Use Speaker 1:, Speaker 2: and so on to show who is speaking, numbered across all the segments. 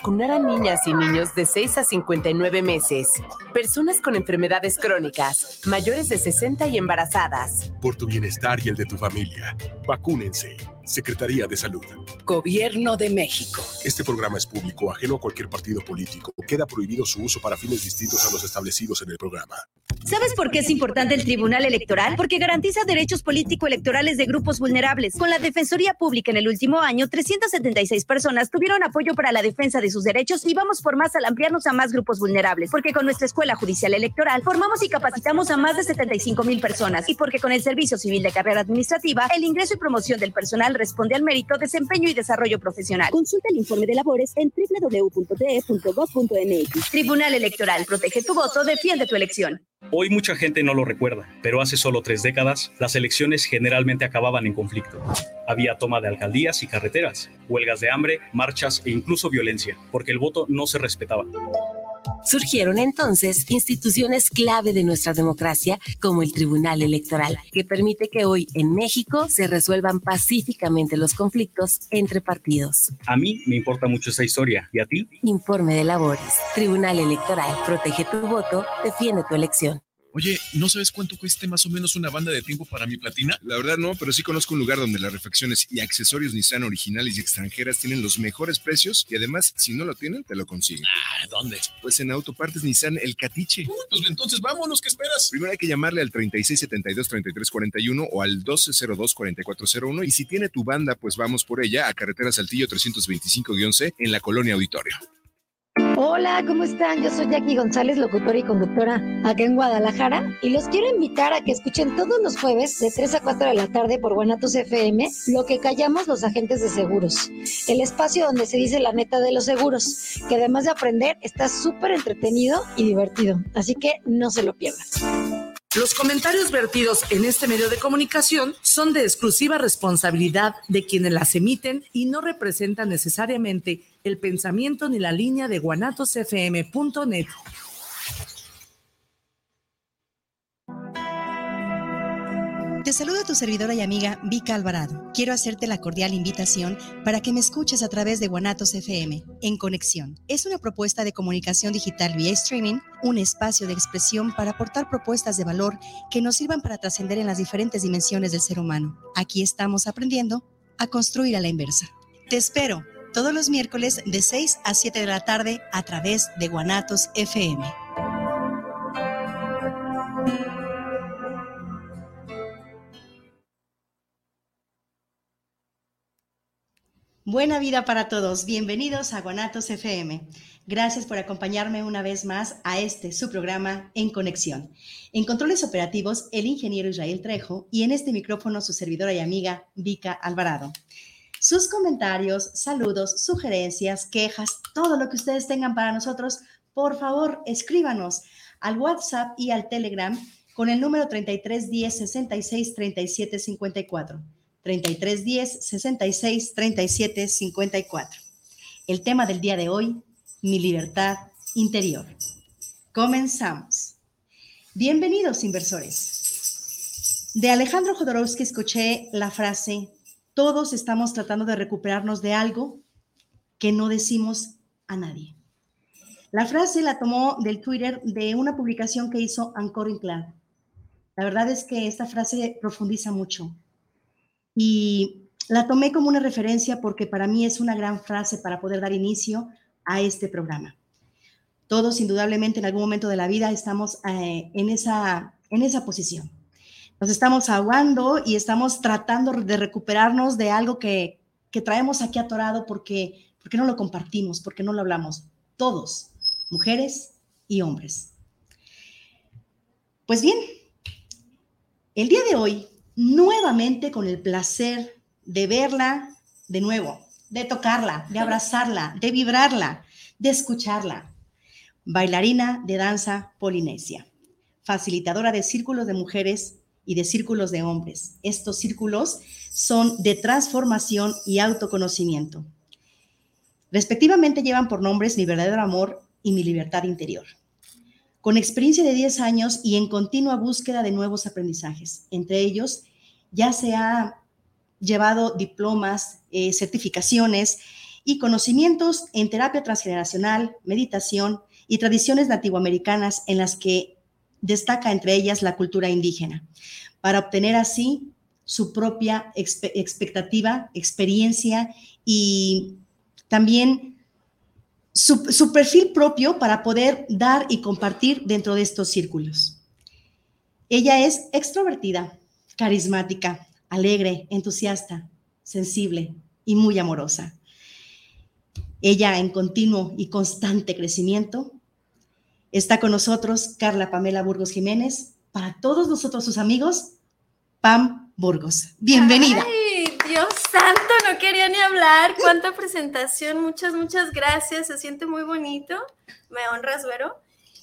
Speaker 1: vacunar a niñas y niños de 6 a 59 meses, personas con enfermedades crónicas, mayores de 60 y embarazadas.
Speaker 2: Por tu bienestar y el de tu familia, vacúnense. Secretaría de Salud.
Speaker 3: Gobierno de México.
Speaker 2: Este programa es público, ajeno a cualquier partido político. Queda prohibido su uso para fines distintos a los establecidos en el programa.
Speaker 4: ¿Sabes por qué es importante el Tribunal Electoral? Porque garantiza derechos político-electorales de grupos vulnerables. Con la Defensoría Pública en el último año, 376 personas tuvieron apoyo para la defensa de sus derechos y vamos por más al ampliarnos a más grupos vulnerables. Porque con nuestra Escuela Judicial Electoral formamos y capacitamos a más de 75,000 personas. Y porque con el Servicio Civil de Carrera Administrativa, el ingreso y promoción del personal responde al mérito, desempeño y desarrollo profesional. Consulta el informe de labores en www.de.gov.mx. Tribunal Electoral. Protege tu voto, defiende tu elección.
Speaker 5: Hoy mucha gente no lo recuerda, pero hace solo 3 décadas, las elecciones generalmente acababan en conflicto. Había toma de alcaldías y carreteras, huelgas de hambre, marchas e incluso violencia, porque el voto no se respetaba.
Speaker 1: Surgieron entonces instituciones clave de nuestra democracia, como el Tribunal Electoral, que permite que hoy en México se resuelvan pacíficamente los conflictos entre partidos.
Speaker 5: A mí me importa mucho esa historia, ¿y a ti?
Speaker 1: Informe de labores. Tribunal Electoral. Protege tu voto, defiende tu elección.
Speaker 6: Oye, ¿no sabes cuánto cueste más o menos una banda de tiempo para mi Platina? La verdad no, pero sí conozco un lugar donde las refacciones y accesorios Nissan originales y extranjeras tienen los mejores precios y además, si no lo tienen, te lo consiguen.
Speaker 7: ¿Dónde?
Speaker 6: Pues en Autopartes Nissan El Catiche.
Speaker 7: Pues entonces vámonos, ¿qué esperas?
Speaker 6: Primero hay que llamarle al 3672-3341 o al 1202-4401 y si tiene tu banda, pues vamos por ella a Carretera Saltillo 325-C en la Colonia Auditorio.
Speaker 8: Hola, ¿cómo están? Yo soy Jackie González, locutora y conductora acá en Guadalajara y los quiero invitar a que escuchen todos los jueves de 3 a 4 de la tarde por Guanatos FM Lo que callamos los agentes de seguros, el espacio donde se dice la neta de los seguros, que además de aprender está súper entretenido y divertido, así que no se lo pierdan.
Speaker 3: Los comentarios vertidos en este medio de comunicación son de exclusiva responsabilidad de quienes las emiten y no representan necesariamente el pensamiento ni la línea de guanatosfm.net.
Speaker 9: Te saluda tu servidora y amiga Vika Alvarado. Quiero hacerte la cordial invitación para que me escuches a través de Guanatos FM, En Conexión. Es una propuesta de comunicación digital vía streaming, un espacio de expresión para aportar propuestas de valor que nos sirvan para trascender en las diferentes dimensiones del ser humano. Aquí estamos aprendiendo a construir a la inversa. Te espero todos los miércoles de 6 a 7 de la tarde a través de Guanatos FM. Buena vida para todos, bienvenidos a Guanatos FM. Gracias por acompañarme una vez más a su programa En Conexión. En controles operativos, el ingeniero Israel Trejo y en este micrófono su servidora y amiga Vika Alvarado. Sus comentarios, saludos, sugerencias, quejas, todo lo que ustedes tengan para nosotros, por favor, escríbanos al WhatsApp y al Telegram con el número 3310 66 37 54. 3310 66 37 54. El tema del día de hoy, mi libertad interior. Comenzamos. Bienvenidos, inversores. De Alejandro Jodorowsky escuché la frase: todos estamos tratando de recuperarnos de algo que no decimos a nadie. La frase la tomó del Twitter de una publicación que hizo Ankur Inclán. La verdad es que esta frase profundiza mucho. Y la tomé como una referencia porque para mí es una gran frase para poder dar inicio a este programa. Todos, indudablemente, en algún momento de la vida estamos en esa posición. Nos estamos ahogando y estamos tratando de recuperarnos de algo que traemos aquí atorado porque no lo compartimos, porque no lo hablamos. Todos, mujeres y hombres. Pues bien, el día de hoy, nuevamente con el placer de verla de nuevo, de tocarla, de abrazarla, de vibrarla, de escucharla. Bailarina de danza polinesia, facilitadora de círculos de mujeres y de círculos de hombres. Estos círculos son de transformación y autoconocimiento. Respectivamente llevan por nombres Mi verdadero amor y Mi libertad interior. Con experiencia de 10 años y en continua búsqueda de nuevos aprendizajes. Entre ellos, ya se ha llevado diplomas, certificaciones y conocimientos en terapia transgeneracional, meditación y tradiciones nativoamericanas en las que destaca entre ellas la cultura indígena, para obtener así su propia expectativa, experiencia y también su perfil propio para poder dar y compartir dentro de estos círculos. Ella es extrovertida, carismática, alegre, entusiasta, sensible y muy amorosa. Ella en continuo y constante crecimiento. Está con nosotros Carla Pamela Burgos Jiménez, para todos nosotros sus amigos, Pam Burgos. Bienvenida.
Speaker 10: ¡Ay, Dios santo! No quería ni hablar. ¡Cuánta presentación! Muchas gracias. Se siente muy bonito. Me honras, Vero.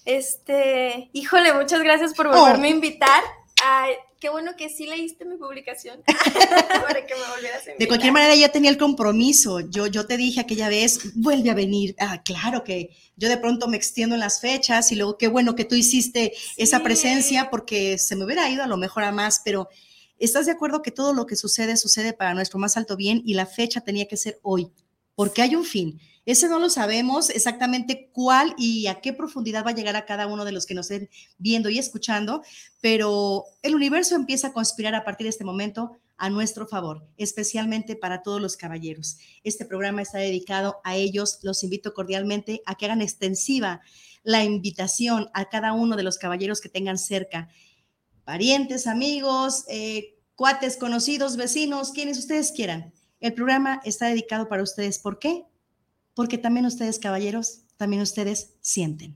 Speaker 10: Híjole, muchas gracias por volverme a invitar. Ay, qué bueno que sí leíste mi publicación para que me volvieras a invitar.
Speaker 9: De cualquier manera, ya tenía el compromiso. Yo te dije aquella vez, vuelve a venir. Claro que yo de pronto me extiendo en las fechas y luego qué bueno que tú hiciste esa presencia, porque se me hubiera ido a lo mejor a más, pero ¿estás de acuerdo que todo lo que sucede para nuestro más alto bien y la fecha tenía que ser hoy? Porque hay un fin. Ese no lo sabemos exactamente cuál y a qué profundidad va a llegar a cada uno de los que nos estén viendo y escuchando, pero el universo empieza a conspirar a partir de este momento a nuestro favor, especialmente para todos los caballeros. Este programa está dedicado a ellos. Los invito cordialmente a que hagan extensiva la invitación a cada uno de los caballeros que tengan cerca, parientes, amigos, cuates, conocidos, vecinos, quienes ustedes quieran. El programa está dedicado para ustedes. ¿Por qué? Porque también ustedes, caballeros, también ustedes sienten.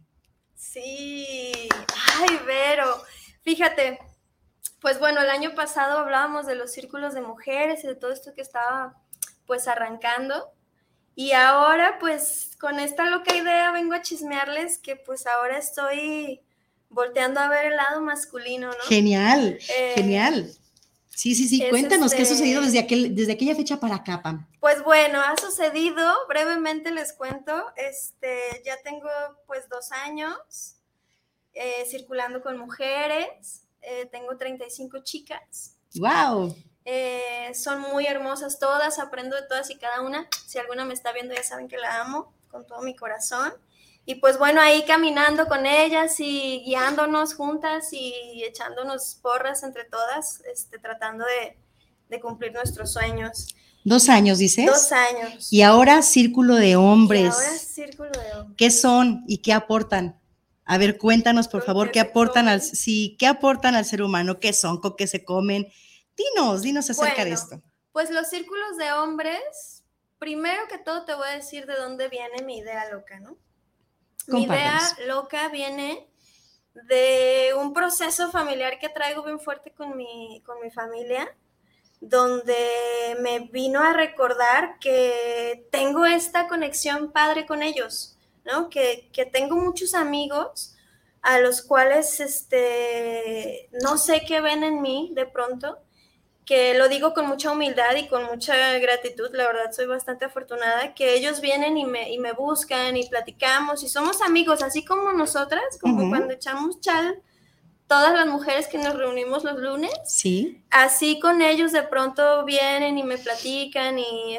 Speaker 10: Sí. Ay, Vero. Fíjate, pues bueno, el año pasado hablábamos de los círculos de mujeres y de todo esto que estaba pues arrancando. Y ahora pues con esta loca idea vengo a chismearles que pues ahora estoy volteando a ver el lado masculino, ¿no?
Speaker 9: Genial, genial. Sí. Cuéntanos qué ha sucedido desde aquella fecha para acá, Pam.
Speaker 10: Pues bueno, ha sucedido, brevemente les cuento, ya tengo pues 2 años circulando con mujeres, tengo 35 chicas.
Speaker 9: ¡Wow!
Speaker 10: Son muy hermosas todas, aprendo de todas y cada una. Si alguna me está viendo ya saben que la amo con todo mi corazón. Y pues bueno, ahí caminando con ellas y guiándonos juntas y echándonos porras entre todas, tratando de cumplir nuestros sueños.
Speaker 9: 2 años, ¿dices?
Speaker 10: 2 años.
Speaker 9: Y ahora Círculo de Hombres. ¿Qué son y qué aportan? A ver, cuéntanos, por favor, ¿qué aportan al ser humano? ¿Qué son? ¿Con qué se comen? Dinos acerca de esto.
Speaker 10: Pues los círculos de hombres, primero que todo te voy a decir de dónde viene mi idea loca, ¿no? Mi idea loca viene de un proceso familiar que traigo bien fuerte con mi familia, donde me vino a recordar que tengo esta conexión padre con ellos, ¿no? Que tengo muchos amigos a los cuales no sé qué ven en mí de pronto, que lo digo con mucha humildad y con mucha gratitud. La verdad soy bastante afortunada, que ellos vienen y me buscan y platicamos y somos amigos, así como nosotras, como cuando echamos chal, todas las mujeres que nos reunimos los lunes,
Speaker 9: sí,
Speaker 10: así con ellos de pronto vienen y me platican y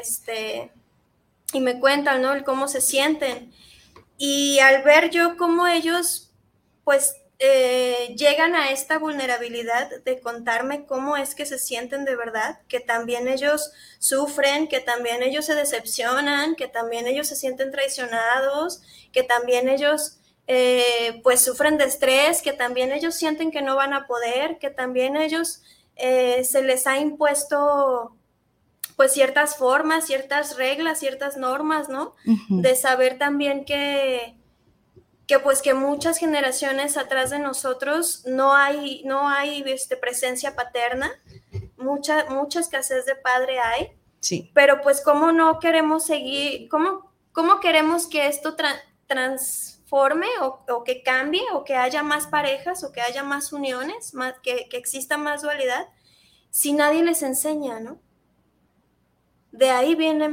Speaker 10: me cuentan, ¿no? El cómo se sienten. Y al ver yo cómo ellos, pues, llegan a esta vulnerabilidad de contarme cómo es que se sienten de verdad, que también ellos sufren, que también ellos se decepcionan, que también ellos se sienten traicionados, que también ellos pues sufren de estrés, que también ellos sienten que no van a poder, que también ellos se les ha impuesto pues ciertas formas, ciertas reglas, ciertas normas, ¿no? De saber también que pues que muchas generaciones atrás de nosotros no hay presencia paterna, mucha escasez de padre hay,
Speaker 9: sí.
Speaker 10: Pero pues cómo no queremos seguir, cómo queremos que esto transforme o que cambie o que haya más parejas o que haya más uniones, que exista más dualidad, si nadie les enseña, ¿no? De ahí viene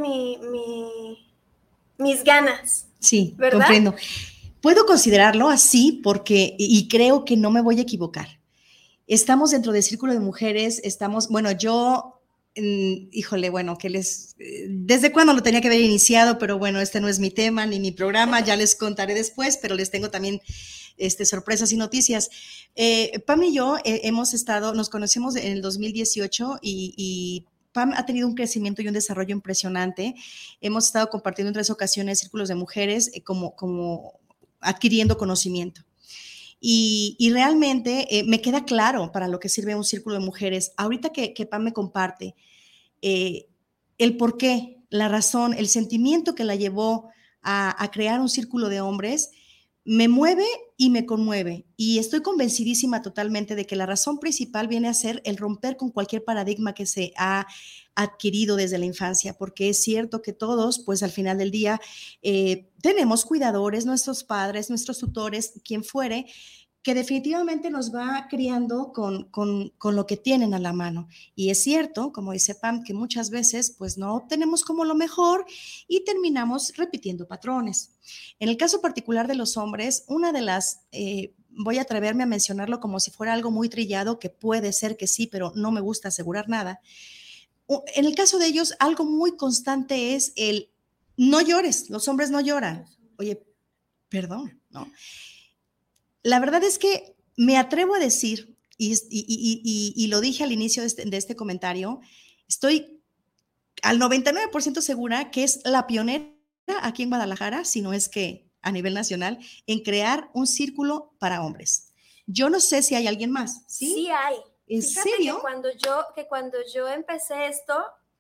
Speaker 10: mis ganas.
Speaker 9: Sí,
Speaker 10: ¿verdad?
Speaker 9: Comprendo. Puedo considerarlo así porque, y creo que no me voy a equivocar. Estamos dentro del Círculo de Mujeres, yo híjole, bueno, ¿desde cuándo lo tenía que haber iniciado? Pero bueno, este no es mi tema ni mi programa, ya les contaré después, pero les tengo también sorpresas y noticias. Pam y yo nos conocemos en el 2018 y Pam ha tenido un crecimiento y un desarrollo impresionante. Hemos estado compartiendo en 3 ocasiones círculos de mujeres como adquiriendo conocimiento. Y realmente me queda claro para lo que sirve un círculo de mujeres. Ahorita que Pam me comparte el por qué, la razón, el sentimiento que la llevó a crear un círculo de hombres, me mueve y me conmueve. Y estoy convencidísima totalmente de que la razón principal viene a ser el romper con cualquier paradigma que se ha adquirido desde la infancia, porque es cierto que todos, pues al final del día, tenemos cuidadores, nuestros padres, nuestros tutores, quien fuere, que definitivamente nos va criando con lo que tienen a la mano. Y es cierto, como dice Pam, que muchas veces pues no tenemos como lo mejor y terminamos repitiendo patrones. En el caso particular de los hombres, una de las, voy a atreverme a mencionarlo como si fuera algo muy trillado, que puede ser que sí, pero no me gusta asegurar nada. En el caso de ellos, algo muy constante es el no llores, los hombres no lloran. Oye, perdón, ¿no? La verdad es que me atrevo a decir, y lo dije al inicio de este comentario, estoy al 99% segura que es la pionera aquí en Guadalajara, si no es que a nivel nacional, en crear un círculo para hombres. Yo no sé si hay alguien más, ¿sí?
Speaker 10: Sí hay.
Speaker 9: ¿En
Speaker 10: Fíjate
Speaker 9: serio?
Speaker 10: Que cuando yo empecé esto,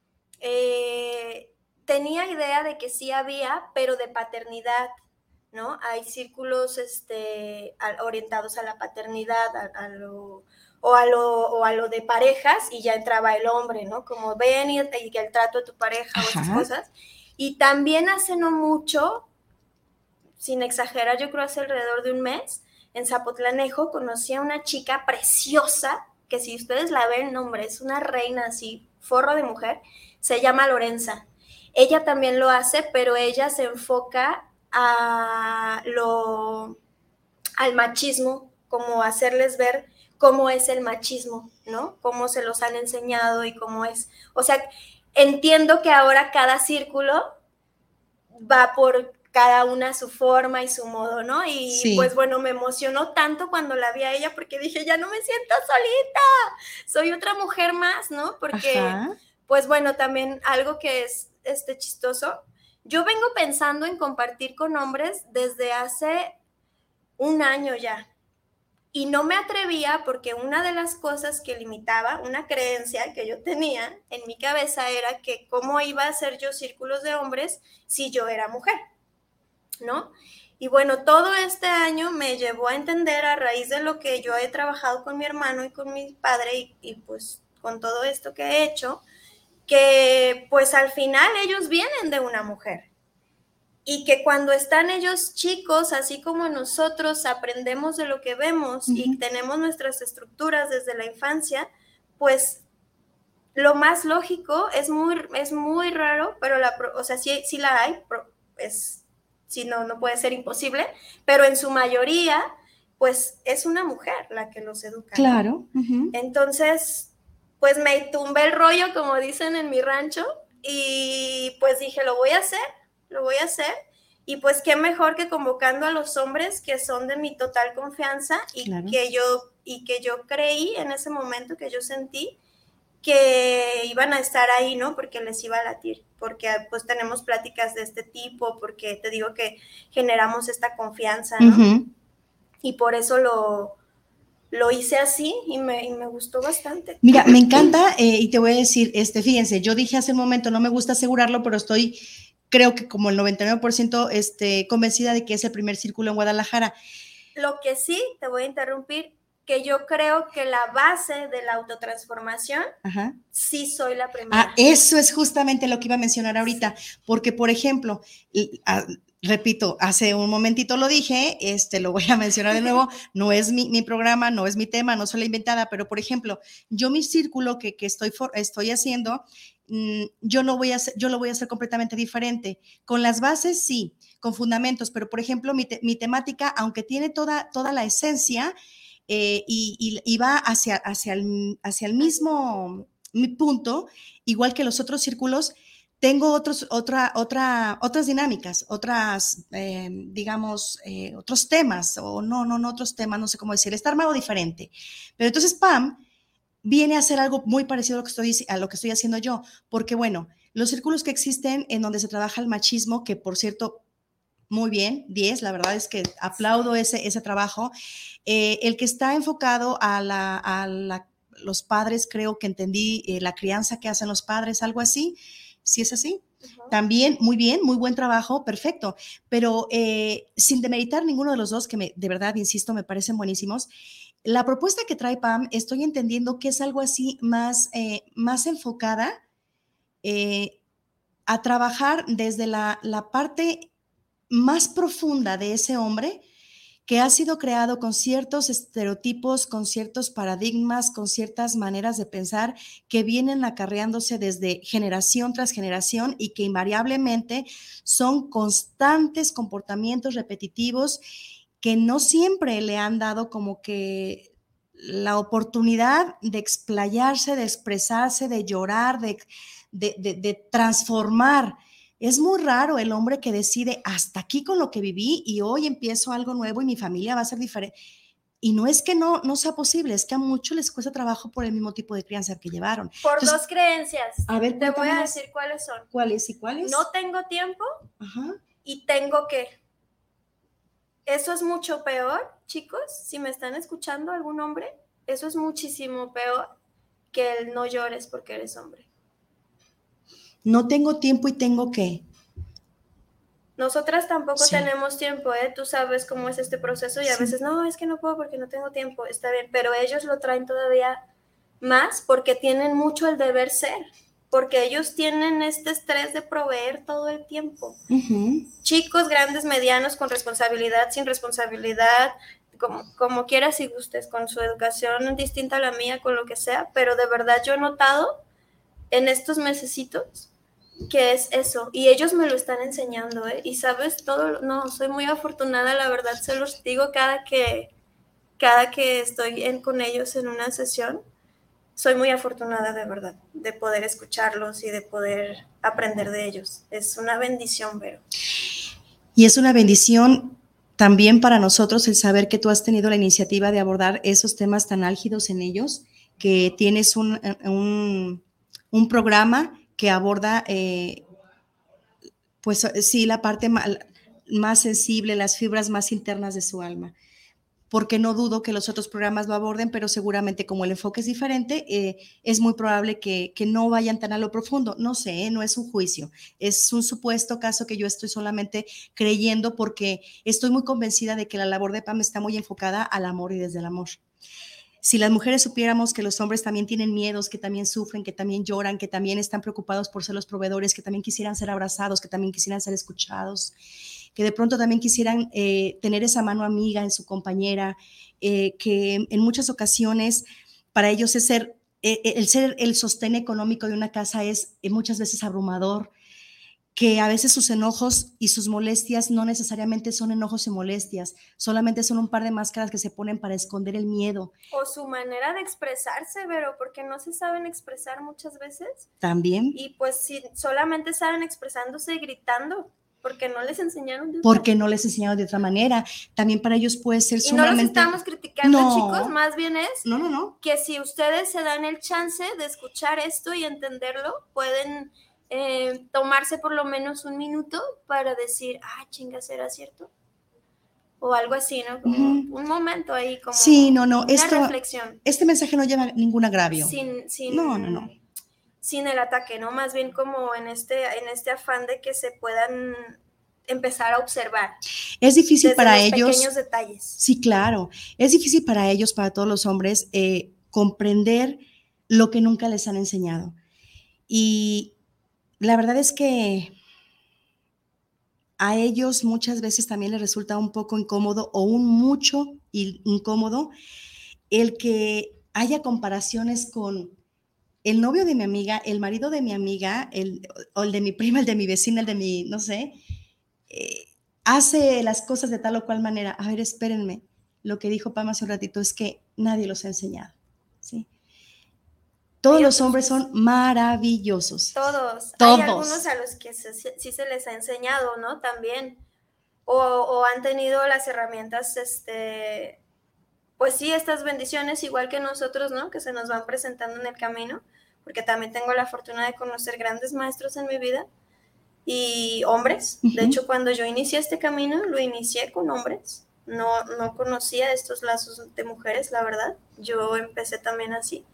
Speaker 10: tenía idea de que sí había, pero de paternidad, ¿no? Hay círculos orientados a la paternidad, a lo de parejas, y ya entraba el hombre, ¿no? Como ven y el trato de tu pareja o esas cosas. Y también hace no mucho, sin exagerar, yo creo hace alrededor de un mes, en Zapotlanejo conocí a una chica preciosa, que si ustedes la ven, hombre, es una reina así, forro de mujer, se llama Lorenza. Ella también lo hace, pero ella se enfoca al machismo, como hacerles ver cómo es el machismo, ¿no? Cómo se los han enseñado y cómo es. O sea, entiendo que ahora cada círculo va por cada una a su forma y su modo, ¿no? Y sí, pues bueno, me emocionó tanto cuando la vi a ella porque dije, ya no me siento solita, soy otra mujer más, ¿no? Porque, pues bueno, también algo que es chistoso, yo vengo pensando en compartir con hombres desde hace un año ya, y no me atrevía porque una de las cosas que limitaba, una creencia que yo tenía en mi cabeza era que cómo iba a hacer yo círculos de hombres si yo era mujer, ¿no? Y bueno, todo este año me llevó a entender, a raíz de lo que yo he trabajado con mi hermano y con mi padre y pues con todo esto que he hecho, que pues al final ellos vienen de una mujer y que cuando están ellos chicos, así como nosotros aprendemos de lo que vemos y tenemos nuestras estructuras desde la infancia, pues lo más lógico es muy raro, pero o sea, sí la hay, si no puede ser imposible, pero en su mayoría, pues es una mujer la que los educa.
Speaker 9: Claro.
Speaker 10: Entonces, pues me tumbé el rollo, como dicen en mi rancho, y pues dije, lo voy a hacer, y pues qué mejor que convocando a los hombres que son de mi total confianza y que yo creí en ese momento, que yo sentí que iban a estar ahí, ¿no? Porque les iba a latir, porque pues tenemos pláticas de este tipo, porque te digo que generamos esta confianza, ¿no? Y por eso lo hice así y me gustó bastante.
Speaker 9: Mira, me encanta y te voy a decir, fíjense, yo dije hace un momento, no me gusta asegurarlo, pero creo que como el 99% convencida de que es el primer círculo en Guadalajara.
Speaker 10: Lo que sí, te voy a interrumpir, que yo creo que la base de la autotransformación, sí soy la primera.
Speaker 9: Eso es justamente lo que iba a mencionar ahorita, porque, por ejemplo, repito, hace un momentito lo dije, lo voy a mencionar de nuevo, no es mi programa, no es mi tema, no soy la inventada, pero, por ejemplo, yo mi círculo que estoy haciendo, yo lo voy a hacer completamente diferente. Con las bases, sí, con fundamentos, pero, por ejemplo, mi temática, aunque tiene toda la esencia, y va hacia el mismo mi punto, igual que los otros círculos, tengo otras dinámicas, otros temas, o no otros temas, no sé cómo decir, está armado diferente. Pero entonces Pam viene a hacer algo muy parecido a lo que estoy haciendo yo, porque bueno, los círculos que existen en donde se trabaja el machismo, que por cierto, muy bien, 10, la verdad es que aplaudo ese trabajo. El que está enfocado a los padres, creo que entendí la crianza que hacen los padres, algo así, ¿sí es así? Uh-huh. También, muy bien, muy buen trabajo, perfecto, pero sin demeritar ninguno de los dos, que de verdad, insisto, me parecen buenísimos. La propuesta que trae Pam, estoy entendiendo que es algo así más enfocada a trabajar desde la parte más profunda de ese hombre que ha sido creado con ciertos estereotipos, con ciertos paradigmas, con ciertas maneras de pensar que vienen acarreándose desde generación tras generación y que invariablemente son constantes comportamientos repetitivos que no siempre le han dado como que la oportunidad de explayarse, de expresarse, de llorar, de transformar. Es muy raro el hombre que decide hasta aquí con lo que viví y hoy empiezo algo nuevo y mi familia va a ser diferente. Y no es que no sea posible, es que a muchos les cuesta trabajo por el mismo tipo de crianza que llevaron.
Speaker 10: Por entonces, dos creencias.
Speaker 9: A ver,
Speaker 10: te voy a decir cuáles son.
Speaker 9: ¿Cuáles y cuáles?
Speaker 10: No tengo tiempo.
Speaker 9: Ajá.
Speaker 10: Y tengo que. Eso es mucho peor, chicos. Si me están escuchando algún hombre, eso es muchísimo peor que el no llores porque eres hombre.
Speaker 9: No tengo tiempo y tengo que.
Speaker 10: Nosotras tampoco tenemos tiempo, ¿eh? Tú sabes cómo es este proceso y a veces, no, es que no puedo porque no tengo tiempo, está bien, pero ellos lo traen todavía más porque tienen mucho el deber ser, porque ellos tienen este estrés de proveer todo el tiempo.
Speaker 9: Uh-huh.
Speaker 10: Chicos, grandes, medianos, con responsabilidad, sin responsabilidad, como quieras y gustes, con su educación distinta a la mía, con lo que sea, pero de verdad yo he notado en estos mesecitos que es eso, y ellos me lo están enseñando, ¿eh? Y sabes, soy muy afortunada, la verdad, se los digo cada que estoy con ellos en una sesión, soy muy afortunada de verdad, de poder escucharlos y de poder aprender de ellos, es una bendición, Vero.
Speaker 9: Y es una bendición también para nosotros el saber que tú has tenido la iniciativa de abordar esos temas tan álgidos en ellos, que tienes un programa que aborda, pues sí, la parte más sensible, las fibras más internas de su alma, porque no dudo que los otros programas lo aborden, pero seguramente como el enfoque es diferente, es muy probable que no vayan tan a lo profundo. No sé, no es un juicio, es un supuesto caso que yo estoy solamente creyendo porque estoy muy convencida de que la labor de Pam está muy enfocada al amor y desde el amor. Si las mujeres supiéramos que los hombres también tienen miedos, que también sufren, que también lloran, que también están preocupados por ser los proveedores, que también quisieran ser abrazados, que también quisieran ser escuchados, que de pronto también quisieran tener esa mano amiga en su compañera, que en muchas ocasiones para ellos es ser el sostén económico de una casa es muchas veces abrumador, que a veces sus enojos y sus molestias no necesariamente son enojos y molestias, solamente son un par de máscaras que se ponen para esconder el miedo.
Speaker 10: O su manera de expresarse, pero porque no se saben expresar muchas veces.
Speaker 9: También.
Speaker 10: Y pues si solamente saben expresándose gritando, porque no les enseñaron
Speaker 9: de otra manera. También para ellos puede ser
Speaker 10: sumamente... Y no los estamos criticando, chicos, más bien es
Speaker 9: no.
Speaker 10: Que si ustedes se dan el chance de escuchar esto y entenderlo, pueden... tomarse por lo menos un minuto para decir, chinga, ¿será cierto? O algo así, ¿no? Como un momento ahí, como una reflexión.
Speaker 9: Este mensaje no lleva ningún agravio. No.
Speaker 10: Sin el ataque, ¿no? Más bien como en este afán de que se puedan empezar a observar.
Speaker 9: Es difícil para ellos.
Speaker 10: Pequeños detalles.
Speaker 9: Sí, claro. Es difícil para ellos, para todos los hombres, comprender lo que nunca les han enseñado. Y la verdad es que a ellos muchas veces también les resulta un poco incómodo o un mucho incómodo el que haya comparaciones con el novio de mi amiga, el marido de mi amiga, o el de mi prima, el de mi vecina, el de mi, no sé, hace las cosas de tal o cual manera. A ver, espérenme, lo que dijo Pam hace un ratito es que nadie los ha enseñado, ¿sí? Todos los hombres son maravillosos.
Speaker 10: Todos.
Speaker 9: Todos.
Speaker 10: Hay algunos a los que sí se les ha enseñado, ¿no? También. O han tenido las herramientas, pues sí, estas bendiciones, igual que nosotros, ¿no? Que se nos van presentando en el camino, porque también tengo la fortuna de conocer grandes maestros en mi vida y hombres. De hecho, cuando yo inicié este camino, lo inicié con hombres. No conocía estos lazos de mujeres, la verdad. Yo empecé también así.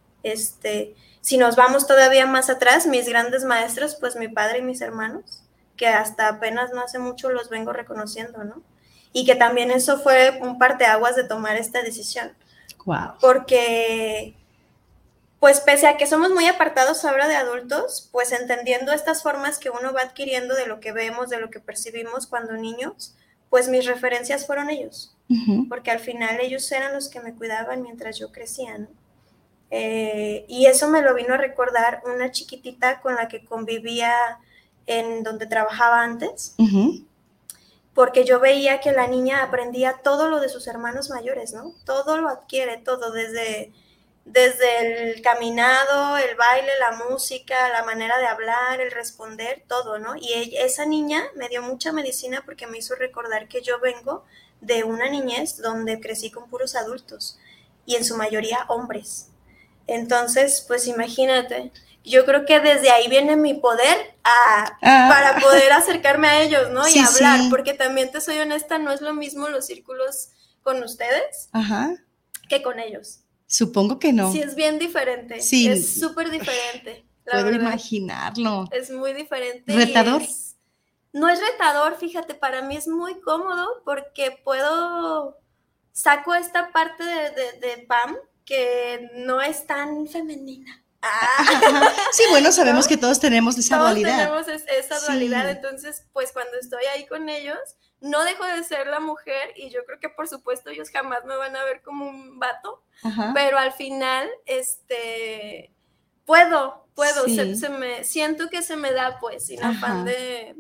Speaker 10: Si nos vamos todavía más atrás, mis grandes maestros, pues mi padre y mis hermanos, que hasta apenas no hace mucho los vengo reconociendo, ¿no? Y que también eso fue un parteaguas de tomar esta decisión.
Speaker 9: Wow.
Speaker 10: Porque, pues pese a que somos muy apartados ahora de adultos, pues entendiendo estas formas que uno va adquiriendo de lo que vemos, de lo que percibimos cuando niños, pues mis referencias fueron ellos. Porque al final ellos eran los que me cuidaban mientras yo crecía, ¿no? Y eso me lo vino a recordar una chiquitita con la que convivía en donde trabajaba antes, porque yo veía que la niña aprendía todo lo de sus hermanos mayores, ¿no? Todo lo adquiere, todo, desde el caminado, el baile, la música, la manera de hablar, el responder, todo, ¿no? Y esa niña me dio mucha medicina porque me hizo recordar que yo vengo de una niñez donde crecí con puros adultos y en su mayoría hombres. Entonces, pues imagínate, yo creo que desde ahí viene mi poder para poder acercarme a ellos, ¿no? Sí, y hablar, porque también te soy honesta, no es lo mismo los círculos con ustedes que con ellos.
Speaker 9: Supongo que no.
Speaker 10: Sí, es bien diferente, es súper diferente.
Speaker 9: Puedo imaginarlo.
Speaker 10: Es muy diferente.
Speaker 9: ¿Retador?
Speaker 10: No es retador, fíjate, para mí es muy cómodo porque saco esta parte de Pam, que no es tan femenina.
Speaker 9: Sí, bueno, sabemos que todos tenemos esa dualidad.
Speaker 10: Todos tenemos esa dualidad, entonces, pues cuando estoy ahí con ellos, no dejo de ser la mujer y yo creo que por supuesto ellos jamás me van a ver como un vato, pero al final, puedo, siento que se me da, pues, sin afán de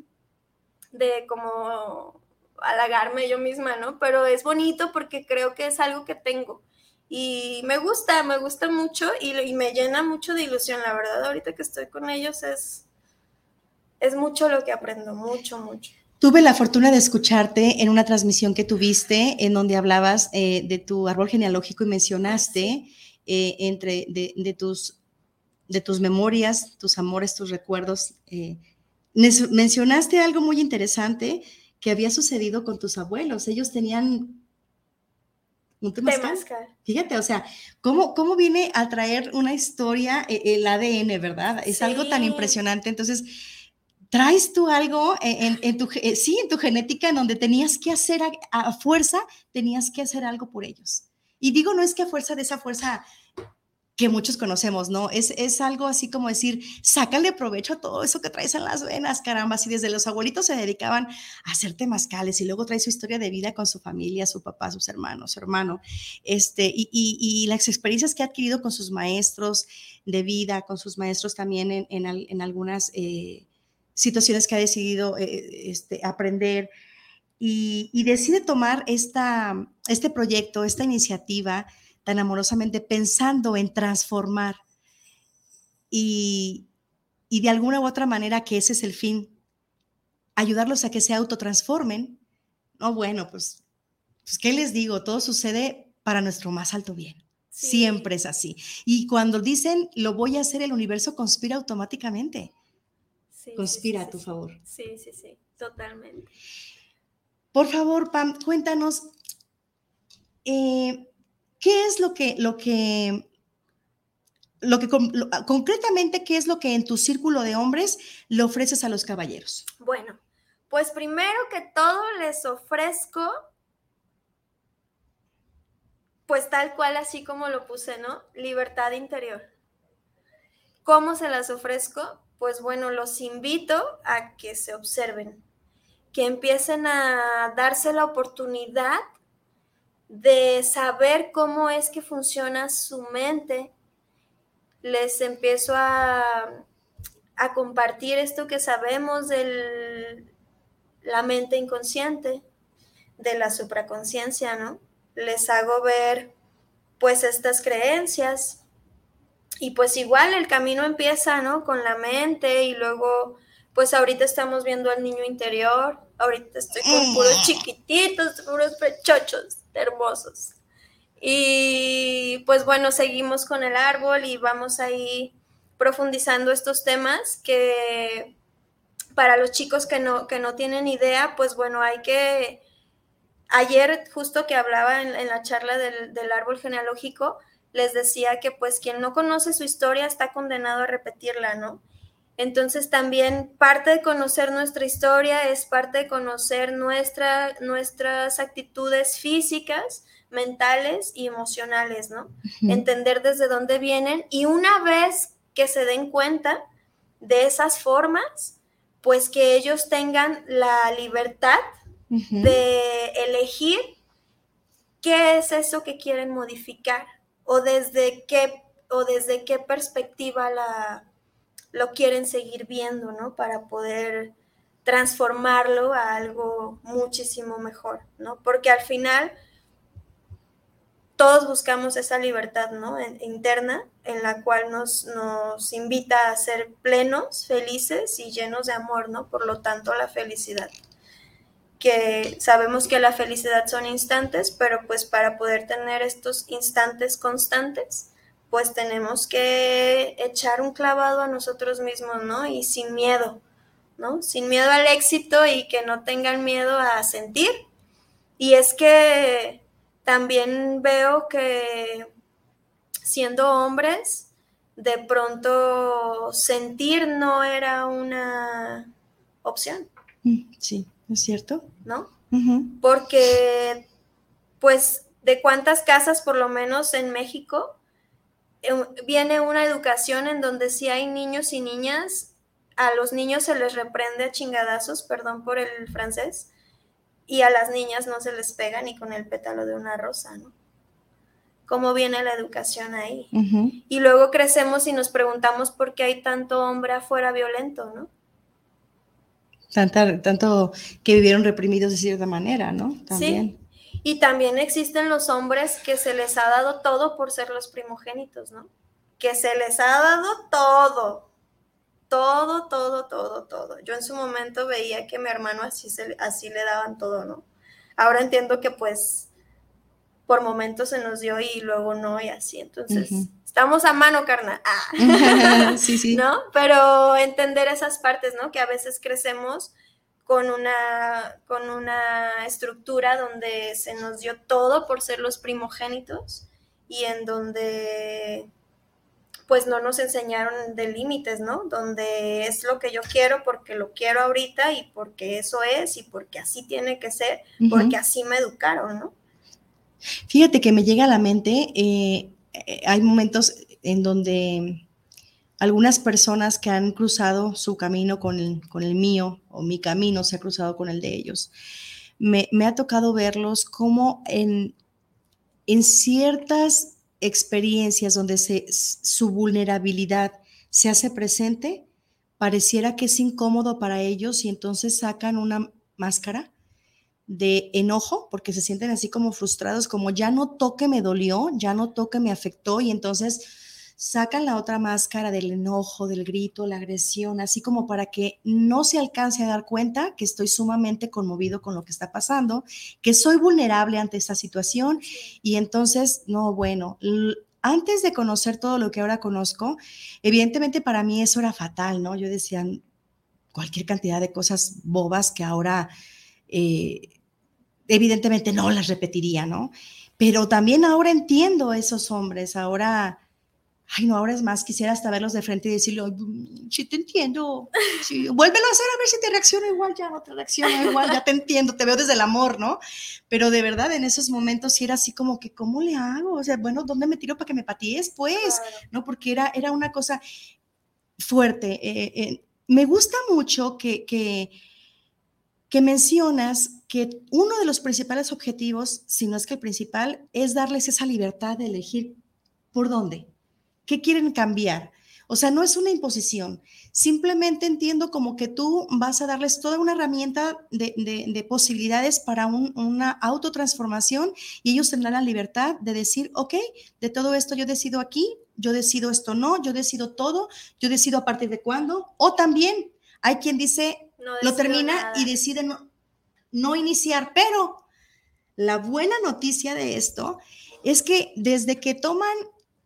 Speaker 10: como halagarme yo misma, ¿no? Pero es bonito porque creo que es algo que tengo. Y me gusta mucho y me llena mucho de ilusión, la verdad. Ahorita que estoy con ellos es mucho lo que aprendo, mucho.
Speaker 9: Tuve la fortuna de escucharte en una transmisión que tuviste en donde hablabas de tu árbol genealógico y mencionaste de tus memorias, tus amores, tus recuerdos. Mencionaste algo muy interesante que había sucedido con tus abuelos. Ellos tenían un temazcal. Fíjate, o sea, ¿cómo viene a traer una historia el ADN, verdad? Es algo tan impresionante. Entonces, traes tú algo en tu genética en donde tenías que hacer a fuerza, tenías que hacer algo por ellos. Y digo, no es que a fuerza de esa fuerza que muchos conocemos, ¿no? Es algo así como decir, sácale provecho a todo eso que traes en las venas, caramba. Si desde los abuelitos se dedicaban a hacer temazcales y luego trae su historia de vida con su familia, su papá, sus hermanos, su hermano, y las experiencias que ha adquirido con sus maestros de vida, con sus maestros también en algunas situaciones que ha decidido aprender y decide tomar este proyecto, esta iniciativa tan amorosamente pensando en transformar y de alguna u otra manera que ese es el fin, ayudarlos a que se autotransformen. No, bueno, pues ¿qué les digo? Todo sucede para nuestro más alto bien. Sí. Siempre es así. Y cuando dicen, lo voy a hacer, el universo conspira automáticamente. Sí, conspira a tu favor.
Speaker 10: Sí, totalmente.
Speaker 9: Por favor, Pam, cuéntanos, ¿qué es concretamente, qué es lo que en tu círculo de hombres le ofreces a los caballeros?
Speaker 10: Bueno, pues primero que todo les ofrezco, pues tal cual así como lo puse, ¿no? Libertad interior. ¿Cómo se las ofrezco? Pues bueno, los invito a que se observen, que empiecen a darse la oportunidad de saber cómo es que funciona su mente. Les empiezo a compartir esto que sabemos de la mente inconsciente, de la supraconciencia, ¿no? Les hago ver, pues, estas creencias Y pues igual el camino empieza, ¿no? Con la mente y luego, pues ahorita estamos viendo al niño interior. Ahorita estoy con puros chiquititos, puros pechochos hermosos. Y pues bueno, seguimos con el árbol y vamos ahí profundizando estos temas que para los chicos que no tienen idea, pues bueno, hay que... Ayer justo que hablaba en la charla del árbol genealógico, les decía que pues quien no conoce su historia está condenado a repetirla, ¿no? Entonces también parte de conocer nuestra historia es parte de conocer nuestras actitudes físicas, mentales y emocionales, ¿no? Entender desde dónde vienen, y una vez que se den cuenta de esas formas, pues que ellos tengan la libertad de elegir qué es eso que quieren modificar o desde qué perspectiva lo quieren seguir viendo, ¿no? Para poder transformarlo a algo muchísimo mejor, ¿no? Porque al final todos buscamos esa libertad, ¿no? Interna, en la cual nos invita a ser plenos, felices y llenos de amor, ¿no? Por lo tanto, la felicidad. Que sabemos que la felicidad son instantes, pero pues para poder tener estos instantes constantes, pues tenemos que echar un clavado a nosotros mismos, ¿no? Y sin miedo, ¿no? Sin miedo al éxito y que no tengan miedo a sentir. Y es que también veo que siendo hombres, de pronto sentir no era una opción.
Speaker 9: Sí, ¿es cierto?
Speaker 10: ¿No? Porque, pues, de cuántas casas, por lo menos en México, viene una educación en donde si hay niños y niñas, a los niños se les reprende a chingadazos, perdón por el francés, y a las niñas no se les pega ni con el pétalo de una rosa, ¿no? ¿Cómo viene la educación ahí? Y luego crecemos y nos preguntamos por qué hay tanto hombre afuera violento, ¿no?
Speaker 9: Tanto que vivieron reprimidos de cierta manera, ¿no? También.
Speaker 10: Sí, y también existen los hombres que se les ha dado todo por ser los primogénitos, ¿no? Que se les ha dado todo. Yo en su momento veía que a mi hermano así le daban todo, ¿no? Ahora entiendo que pues por momentos se nos dio y luego no y así, entonces estamos a mano, carnal.
Speaker 9: Sí.
Speaker 10: ¿No? Pero entender esas partes, ¿no? Que a veces crecemos con una estructura donde se nos dio todo por ser los primogénitos y en donde pues no nos enseñaron de límites, ¿no? Donde es lo que yo quiero porque lo quiero ahorita y porque eso es y porque así tiene que ser, porque así me educaron, ¿no?
Speaker 9: Fíjate que me llega a la mente, hay momentos en donde algunas personas que han cruzado su camino con el mío, o mi camino se ha cruzado con el de ellos, me ha tocado verlos como en ciertas experiencias donde su vulnerabilidad se hace presente, pareciera que es incómodo para ellos y entonces sacan una máscara de enojo porque se sienten así como frustrados, como ya notó que me dolió, ya notó que me afectó y entonces sacan la otra máscara del enojo, del grito, la agresión, así como para que no se alcance a dar cuenta que estoy sumamente conmovido con lo que está pasando, que soy vulnerable ante esta situación y entonces, no, bueno, antes de conocer todo lo que ahora conozco, evidentemente para mí eso era fatal, ¿no? Yo decía cualquier cantidad de cosas bobas que ahora evidentemente no las repetiría, ¿no? Pero también ahora entiendo a esos hombres, ahora es más, quisiera hasta verlos de frente y decirle, sí te entiendo, sí, vuélvelo a hacer a ver si te reacciona igual, ya no te reacciona igual, ya te entiendo, te veo desde el amor, ¿no? Pero de verdad en esos momentos sí era así como que, ¿cómo le hago? O sea, bueno, ¿dónde me tiro para que me patees? Pues, claro. ¿No? Porque era una cosa fuerte. Me gusta mucho que mencionas que uno de los principales objetivos, si no es que el principal, es darles esa libertad de elegir por dónde. ¿Qué quieren cambiar? O sea, no es una imposición. Simplemente entiendo como que tú vas a darles toda una herramienta de posibilidades para una autotransformación y ellos tendrán la libertad de decir, ok, de todo esto yo decido aquí yo decido esto no, yo decido todo, yo decido a partir de cuándo, o también hay quien dice,
Speaker 10: No
Speaker 9: lo
Speaker 10: decido
Speaker 9: termina
Speaker 10: nada.
Speaker 9: y decide no iniciar, pero la buena noticia de esto es que desde que toman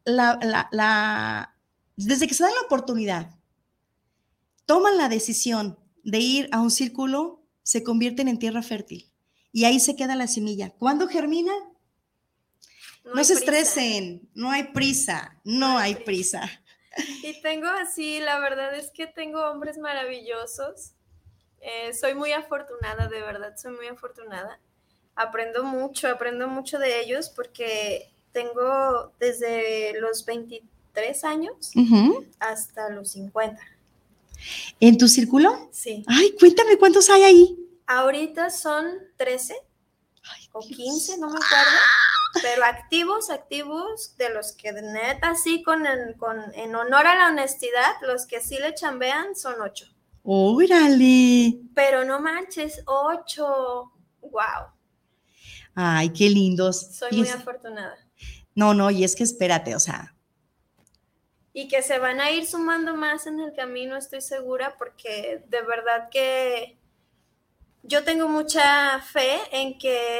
Speaker 9: desde que se dan la oportunidad, toman la decisión de ir a un círculo, se convierten en tierra fértil y ahí se queda la semilla. ¿Cuándo germina? No se estresen, no hay prisa, no hay prisa.
Speaker 10: Y tengo así, la verdad es que tengo hombres maravillosos. Soy muy afortunada, de verdad, soy muy afortunada. Aprendo mucho de ellos porque tengo desde los 23 años hasta los 50.
Speaker 9: ¿En tu círculo?
Speaker 10: Sí.
Speaker 9: Ay, cuéntame cuántos hay ahí.
Speaker 10: Ahorita son 13 o 15, no me acuerdo. Pero activos, de los que neta sí en honor a la honestidad, los que sí le chambean son 8.
Speaker 9: ¡Órale!
Speaker 10: Pero no manches, 8. ¡Wow!
Speaker 9: Ay, qué lindos.
Speaker 10: Soy muy afortunada.
Speaker 9: No, y es que espérate, o sea.
Speaker 10: Y que se van a ir sumando más en el camino, estoy segura, porque de verdad que yo tengo mucha fe en que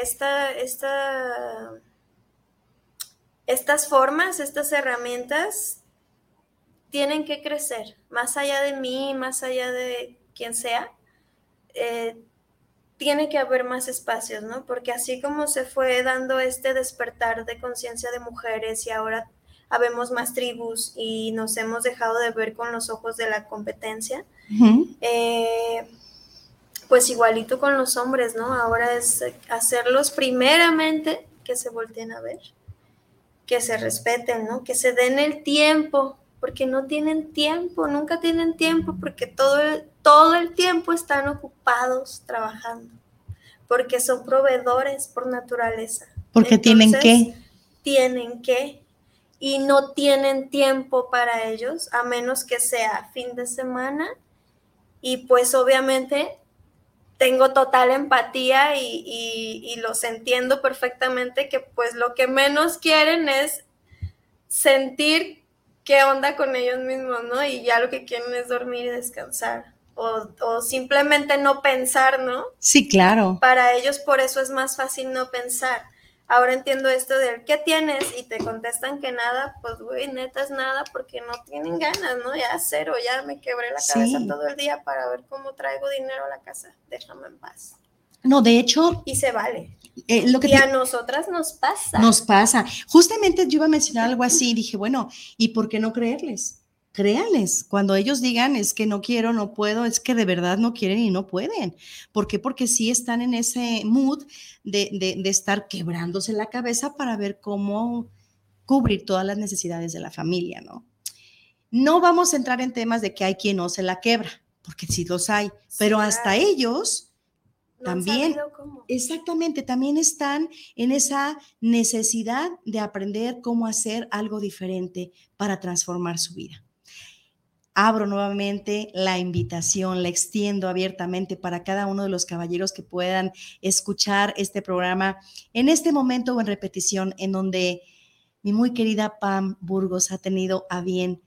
Speaker 10: estas formas, estas herramientas tienen que crecer, más allá de mí, más allá de quien sea, tiene que haber más espacios, ¿no? Porque así como se fue dando este despertar de conciencia de mujeres y ahora habemos más tribus y nos hemos dejado de ver con los ojos de la competencia, pues igualito con los hombres, ¿no? Ahora es hacerlos primeramente que se volteen a ver, que se respeten, ¿no? Que se den el tiempo, porque no tienen tiempo, nunca tienen tiempo, porque todo el tiempo están ocupados trabajando, porque son proveedores por naturaleza.
Speaker 9: Porque
Speaker 10: entonces, tienen que, y no tienen tiempo para ellos, a menos que sea fin de semana, y pues obviamente tengo total empatía y los entiendo perfectamente, que pues lo que menos quieren es sentir qué onda con ellos mismos, ¿no? Y ya lo que quieren es dormir y descansar. O simplemente no pensar, ¿no?
Speaker 9: Sí, claro.
Speaker 10: Para ellos por eso es más fácil no pensar. Ahora entiendo esto del ¿qué tienes? Y te contestan que nada, pues güey, neta es nada porque no tienen ganas, ¿no? Ya cero, ya me quebré la cabeza todo el día para ver cómo traigo dinero a la casa. Déjame en paz.
Speaker 9: No, de hecho.
Speaker 10: Y se vale.
Speaker 9: A
Speaker 10: nosotras nos pasa.
Speaker 9: Nos pasa. Justamente yo iba a mencionar algo así y dije, bueno, ¿y por qué no creerles? Créanles. Cuando ellos digan es que no quiero, no puedo, es que de verdad no quieren y no pueden. ¿Por qué? Porque sí están en ese mood de estar quebrándose la cabeza para ver cómo cubrir todas las necesidades de la familia, ¿no? No vamos a entrar en temas de que hay quien no se la quebra, porque sí los hay, pero hasta ellos también, exactamente, también están en esa necesidad de aprender cómo hacer algo diferente para transformar su vida. Abro nuevamente la invitación, la extiendo abiertamente para cada uno de los caballeros que puedan escuchar este programa en este momento o en repetición, en donde mi muy querida Pam Burgos ha tenido a bien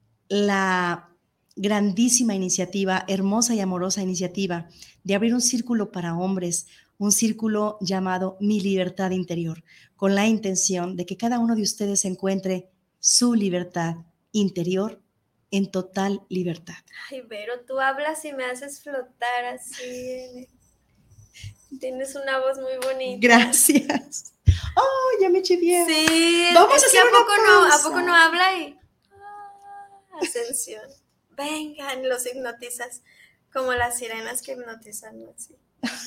Speaker 9: la grandísima iniciativa, hermosa y amorosa iniciativa de abrir un círculo para hombres, un círculo llamado Mi Libertad Interior, con la intención de que cada uno de ustedes encuentre su libertad interior en total libertad.
Speaker 10: Ay, Vero, tú hablas y me haces flotar así. Tienes una voz muy bonita.
Speaker 9: Gracias. Oh, ya me eché bien.
Speaker 10: Sí,
Speaker 9: vamos a hacer
Speaker 10: ¿a poco no habla y ascensión? Vengan, los hipnotizas como las sirenas que hipnotizan, ¿no? Sí.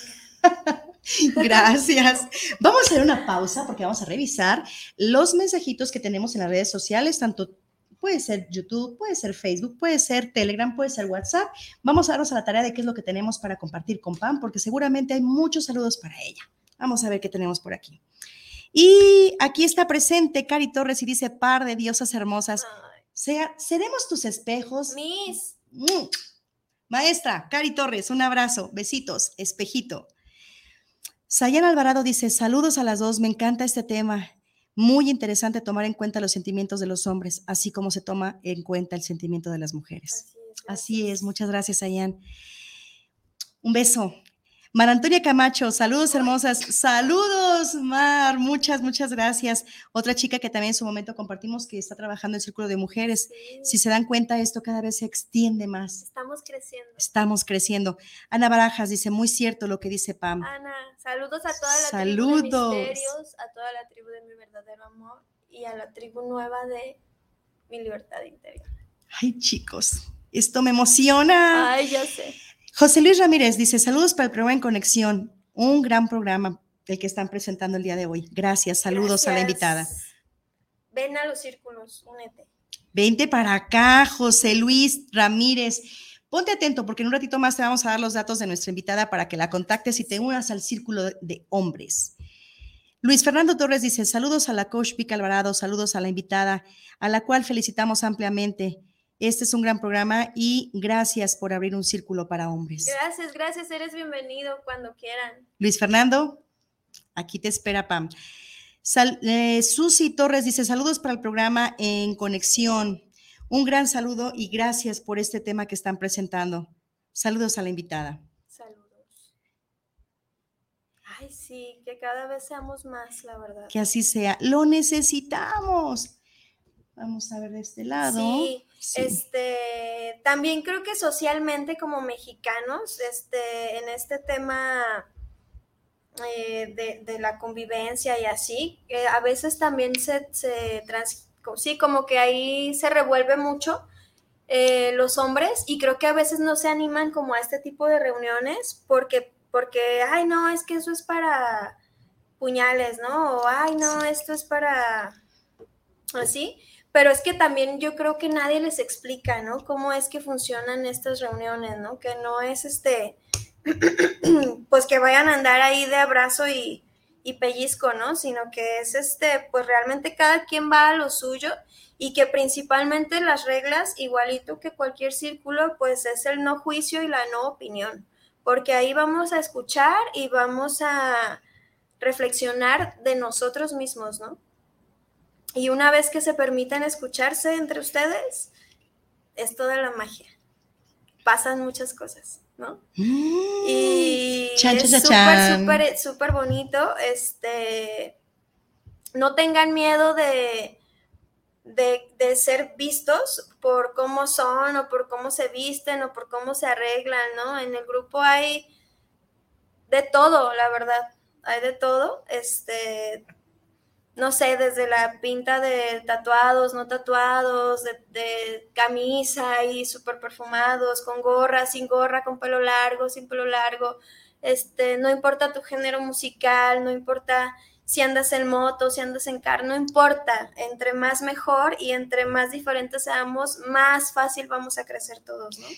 Speaker 9: Gracias. Vamos a hacer una pausa porque vamos a revisar los mensajitos que tenemos en las redes sociales, tanto puede ser YouTube, puede ser Facebook, puede ser Telegram, puede ser WhatsApp. Vamos a darnos a la tarea de qué es lo que tenemos para compartir con Pam, porque seguramente hay muchos saludos para ella. Vamos a ver qué tenemos por aquí. Y aquí está presente Cari Torres y dice, par de diosas hermosas, seremos tus espejos.
Speaker 10: Miss.
Speaker 9: Maestra Cari Torres, un abrazo, besitos, espejito. Sayan Alvarado dice, saludos a las dos, me encanta este tema. Muy interesante tomar en cuenta los sentimientos de los hombres, así como se toma en cuenta el sentimiento de las mujeres. Así es, muchas gracias, Ayan. Un beso. Mar Antonia Camacho, saludos hermosas. Saludos, Mar, muchas gracias. Otra chica que también en su momento compartimos que está trabajando en Círculo de Mujeres. Sí. Si se dan cuenta, esto cada vez se extiende más. Estamos creciendo. Ana Barajas dice, muy cierto lo que dice Pam.
Speaker 10: Ana, saludos a toda la tribu de Misterios, a toda la tribu de Mi Verdadero Amor y a la tribu nueva de Mi Libertad Interior.
Speaker 9: Ay, chicos, esto me emociona.
Speaker 10: Ay, ya sé.
Speaker 9: José Luis Ramírez dice, saludos para el programa En Conexión, un gran programa el que están presentando el día de hoy. Gracias, saludos a la invitada.
Speaker 10: Ven a los círculos, únete.
Speaker 9: Vente para acá, José Luis Ramírez. Ponte atento porque en un ratito más te vamos a dar los datos de nuestra invitada para que la contactes y te unas al círculo de hombres. Luis Fernando Torres dice, saludos a la coach Pica Alvarado, saludos a la invitada, a la cual felicitamos ampliamente. Este es un gran programa y gracias por abrir un círculo para hombres.
Speaker 10: Gracias, eres bienvenido cuando quieran.
Speaker 9: Luis Fernando, aquí te espera Pam. Susi Torres dice, saludos para el programa En Conexión. Un gran saludo y gracias por este tema que están presentando. Saludos a la invitada.
Speaker 10: Saludos. Ay, sí, que cada vez seamos más, la verdad.
Speaker 9: Que así sea. Lo necesitamos. Vamos a ver de este lado.
Speaker 10: Sí. También creo que socialmente como mexicanos, en este tema de la convivencia y así, a veces también sí, como que ahí se revuelve mucho los hombres y creo que a veces no se animan como a este tipo de reuniones porque, ay no, es que eso es para puñales, ¿no? O ay no, esto es para así. Pero es que también yo creo que nadie les explica, ¿no? Cómo es que funcionan estas reuniones, ¿no? Que no es pues que vayan a andar ahí de abrazo y pellizco, ¿no? Sino que es pues realmente cada quien va a lo suyo y que principalmente las reglas, igualito que cualquier círculo, pues es el no juicio y la no opinión. Porque ahí vamos a escuchar y vamos a reflexionar de nosotros mismos, ¿no? Y una vez que se permiten escucharse entre ustedes, es toda la magia. Pasan muchas cosas, ¿no? Y es súper bonito. No tengan miedo de ser vistos por cómo son o por cómo se visten o por cómo se arreglan, ¿no? En el grupo hay de todo, la verdad. Hay de todo. No sé, desde la pinta de tatuados, no tatuados, de camisa y súper perfumados, con gorra, sin gorra, con pelo largo, sin pelo largo. No importa tu género musical, no importa si andas en moto, si andas en carro, no importa. Entre más mejor y entre más diferentes seamos, más fácil vamos a crecer todos, ¿no?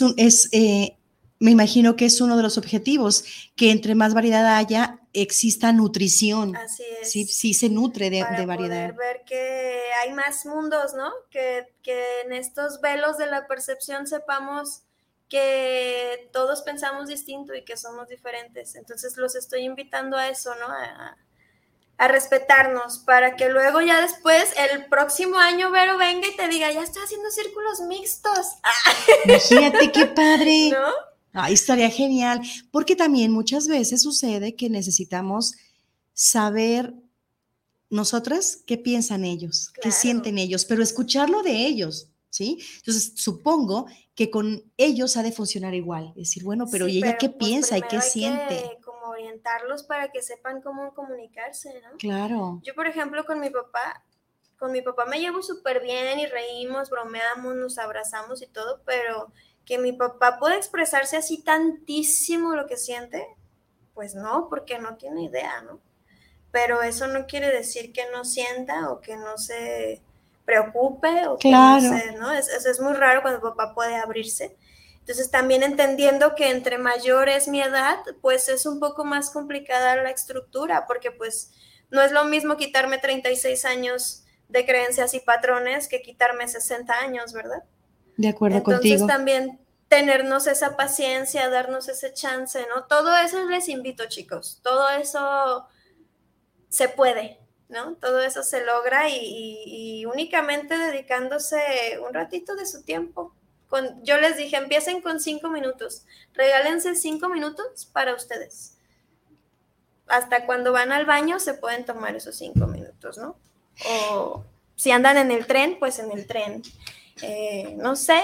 Speaker 9: Me imagino que es uno de los objetivos, que entre más variedad haya, exista nutrición.
Speaker 10: Así es.
Speaker 9: Sí se nutre de variedad.
Speaker 10: Para poder ver que hay más mundos, ¿no? Que en estos velos de la percepción sepamos que todos pensamos distinto y que somos diferentes. Entonces los estoy invitando a eso, ¿no? A respetarnos, para que luego ya después, el próximo año, Vero venga y te diga, ya estoy haciendo círculos mixtos.
Speaker 9: Imagínate qué padre.
Speaker 10: ¿No?
Speaker 9: Ay, estaría genial, porque también muchas veces sucede que necesitamos saber nosotras qué piensan ellos, claro, qué sienten ellos, pero escucharlo de ellos, ¿sí? Entonces, supongo que con ellos ha de funcionar igual, decir, bueno, pero ¿y ella qué piensa y qué siente?
Speaker 10: Como orientarlos para que sepan cómo comunicarse, ¿no?
Speaker 9: Claro.
Speaker 10: Yo, por ejemplo, con mi papá me llevo súper bien y reímos, bromeamos, nos abrazamos y todo, pero que mi papá pueda expresarse así tantísimo lo que siente, pues no, porque no tiene idea, ¿no? Pero eso no quiere decir que no sienta o que no se preocupe o
Speaker 9: claro,
Speaker 10: que no sé, ¿no? Es muy raro cuando papá puede abrirse. Entonces también entendiendo que entre mayor es mi edad, pues es un poco más complicada la estructura, porque pues no es lo mismo quitarme 36 años de creencias y patrones que quitarme 60 años, ¿verdad?
Speaker 9: De acuerdo
Speaker 10: Entonces,
Speaker 9: contigo.
Speaker 10: También tenernos esa paciencia, darnos ese chance, ¿no? Todo eso les invito, chicos. Todo eso se puede. ¿no? Todo eso se logra y únicamente dedicándose un ratito de su tiempo. Yo les dije, empiecen con 5 minutos, regálense 5 minutos para ustedes. Hasta cuando van al baño se pueden tomar esos 5 minutos, ¿no? O si andan en el tren, pues en el tren. No sé,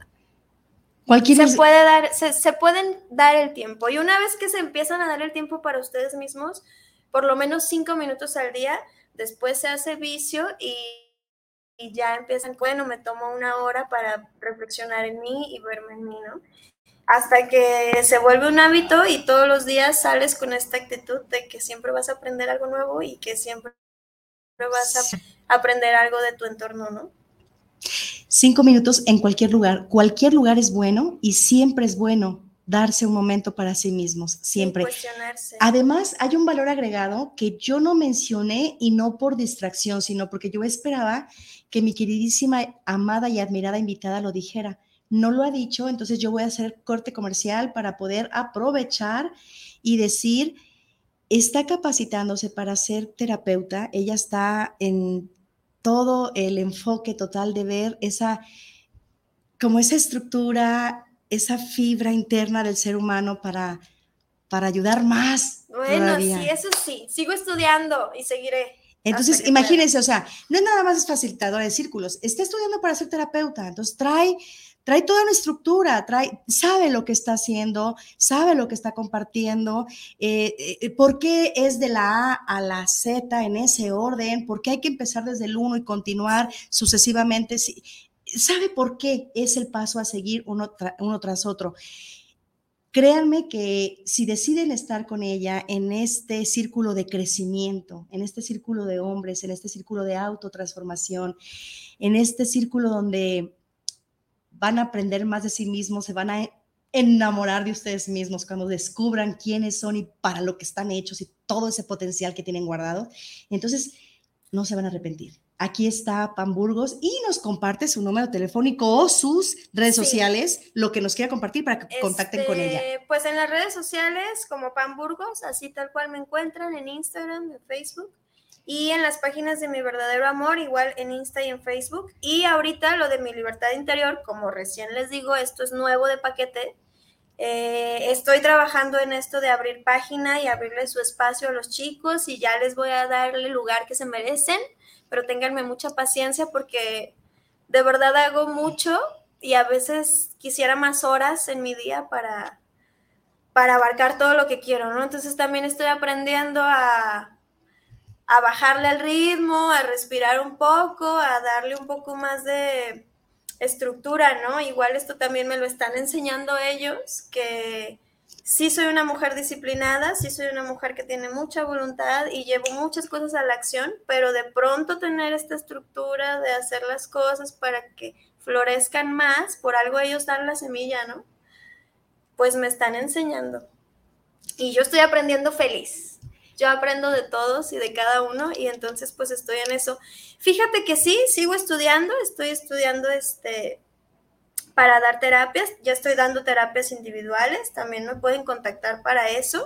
Speaker 10: se pueden dar el tiempo. Y una vez que se empiezan a dar el tiempo para ustedes mismos, por lo menos 5 minutos al día, después se hace vicio y ya empiezan, bueno, me tomo 1 hora para reflexionar en mí y verme en mí, ¿no? Hasta que se vuelve un hábito y todos los días sales con esta actitud de que siempre vas a aprender algo nuevo y que siempre vas a aprender algo de tu entorno, ¿no?
Speaker 9: 5 minutos en cualquier lugar es bueno y siempre es bueno darse un momento para sí mismos, siempre.
Speaker 10: Cuestionarse.
Speaker 9: Además, hay un valor agregado que yo no mencioné y no por distracción, sino porque yo esperaba que mi queridísima, amada y admirada invitada lo dijera. No lo ha dicho, entonces yo voy a hacer corte comercial para poder aprovechar y decir, está capacitándose para ser terapeuta, ella está en todo el enfoque total de ver esa estructura, esa fibra interna del ser humano para ayudar más.
Speaker 10: Bueno,
Speaker 9: todavía.
Speaker 10: Sí, eso sí, sigo estudiando y seguiré.
Speaker 9: Entonces, imagínense, o sea, no es nada más facilitadora de círculos, está estudiando para ser terapeuta, entonces trae toda una estructura, sabe lo que está haciendo, sabe lo que está compartiendo, por qué es de la A a la Z en ese orden, por qué hay que empezar desde el 1 y continuar sucesivamente, sabe por qué es el paso a seguir uno tras otro. Créanme que si deciden estar con ella en este círculo de crecimiento, en este círculo de hombres, en este círculo de autotransformación, en este círculo donde van a aprender más de sí mismos, se van a enamorar de ustedes mismos cuando descubran quiénes son y para lo que están hechos y todo ese potencial que tienen guardado, entonces no se van a arrepentir. Aquí está Pam Burgos y nos comparte su número telefónico o sus redes sociales, lo que nos quiera compartir para que contacten con ella.
Speaker 10: Pues en las redes sociales como Pam Burgos, así tal cual me encuentran en Instagram, en Facebook y en las páginas de Mi Verdadero Amor, igual en Insta y en Facebook. Y ahorita lo de Mi Libertad Interior, como recién les digo, esto es nuevo de paquete. Estoy trabajando en esto de abrir página y abrirle su espacio a los chicos y ya les voy a darle el lugar que se merecen, pero ténganme mucha paciencia porque de verdad hago mucho y a veces quisiera más horas en mi día para abarcar todo lo que quiero, ¿no? Entonces también estoy aprendiendo a bajarle al ritmo, a respirar un poco, a darle un poco más de estructura, ¿no? Igual esto también me lo están enseñando ellos, que sí soy una mujer disciplinada, sí soy una mujer que tiene mucha voluntad y llevo muchas cosas a la acción, pero de pronto tener esta estructura de hacer las cosas para que florezcan más, por algo ellos dan la semilla, ¿no? Pues me están enseñando. Y yo estoy aprendiendo feliz. Yo aprendo de todos y de cada uno y entonces pues estoy en eso. Fíjate que sí, sigo estudiando, estoy estudiando para dar terapias, ya estoy dando terapias individuales, también me pueden contactar para eso.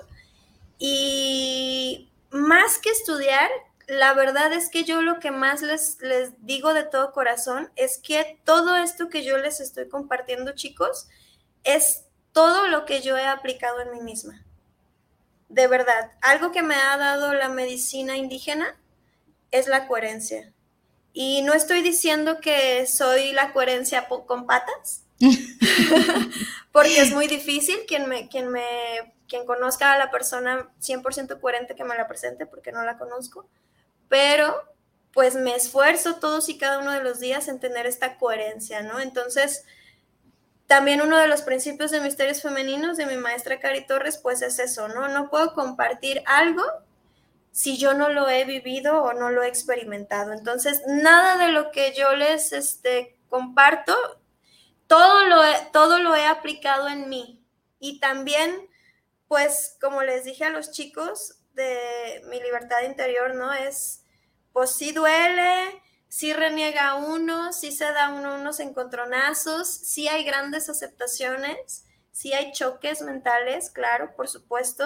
Speaker 10: Y más que estudiar, la verdad es que yo lo que más les digo de todo corazón es que todo esto que yo les estoy compartiendo, chicos, es todo lo que yo he aplicado en mí misma. De verdad, algo que me ha dado la medicina indígena es la coherencia. Y no estoy diciendo que soy la coherencia con patas, porque es muy difícil quien conozca a la persona 100% coherente que me la presente, porque no la conozco, pero pues me esfuerzo todos y cada uno de los días en tener esta coherencia, ¿no? Entonces, también uno de los principios de Misterios Femeninos de mi maestra Cari Torres, pues es eso, ¿no? No puedo compartir algo si yo no lo he vivido o no lo he experimentado. Entonces, nada de lo que yo les comparto, todo lo he aplicado en mí. Y también, pues, como les dije a los chicos de Mi Libertad Interior, ¿no? Pues sí duele, sí reniega uno, sí se da unos encontronazos, sí hay grandes aceptaciones, sí hay choques mentales, claro, por supuesto,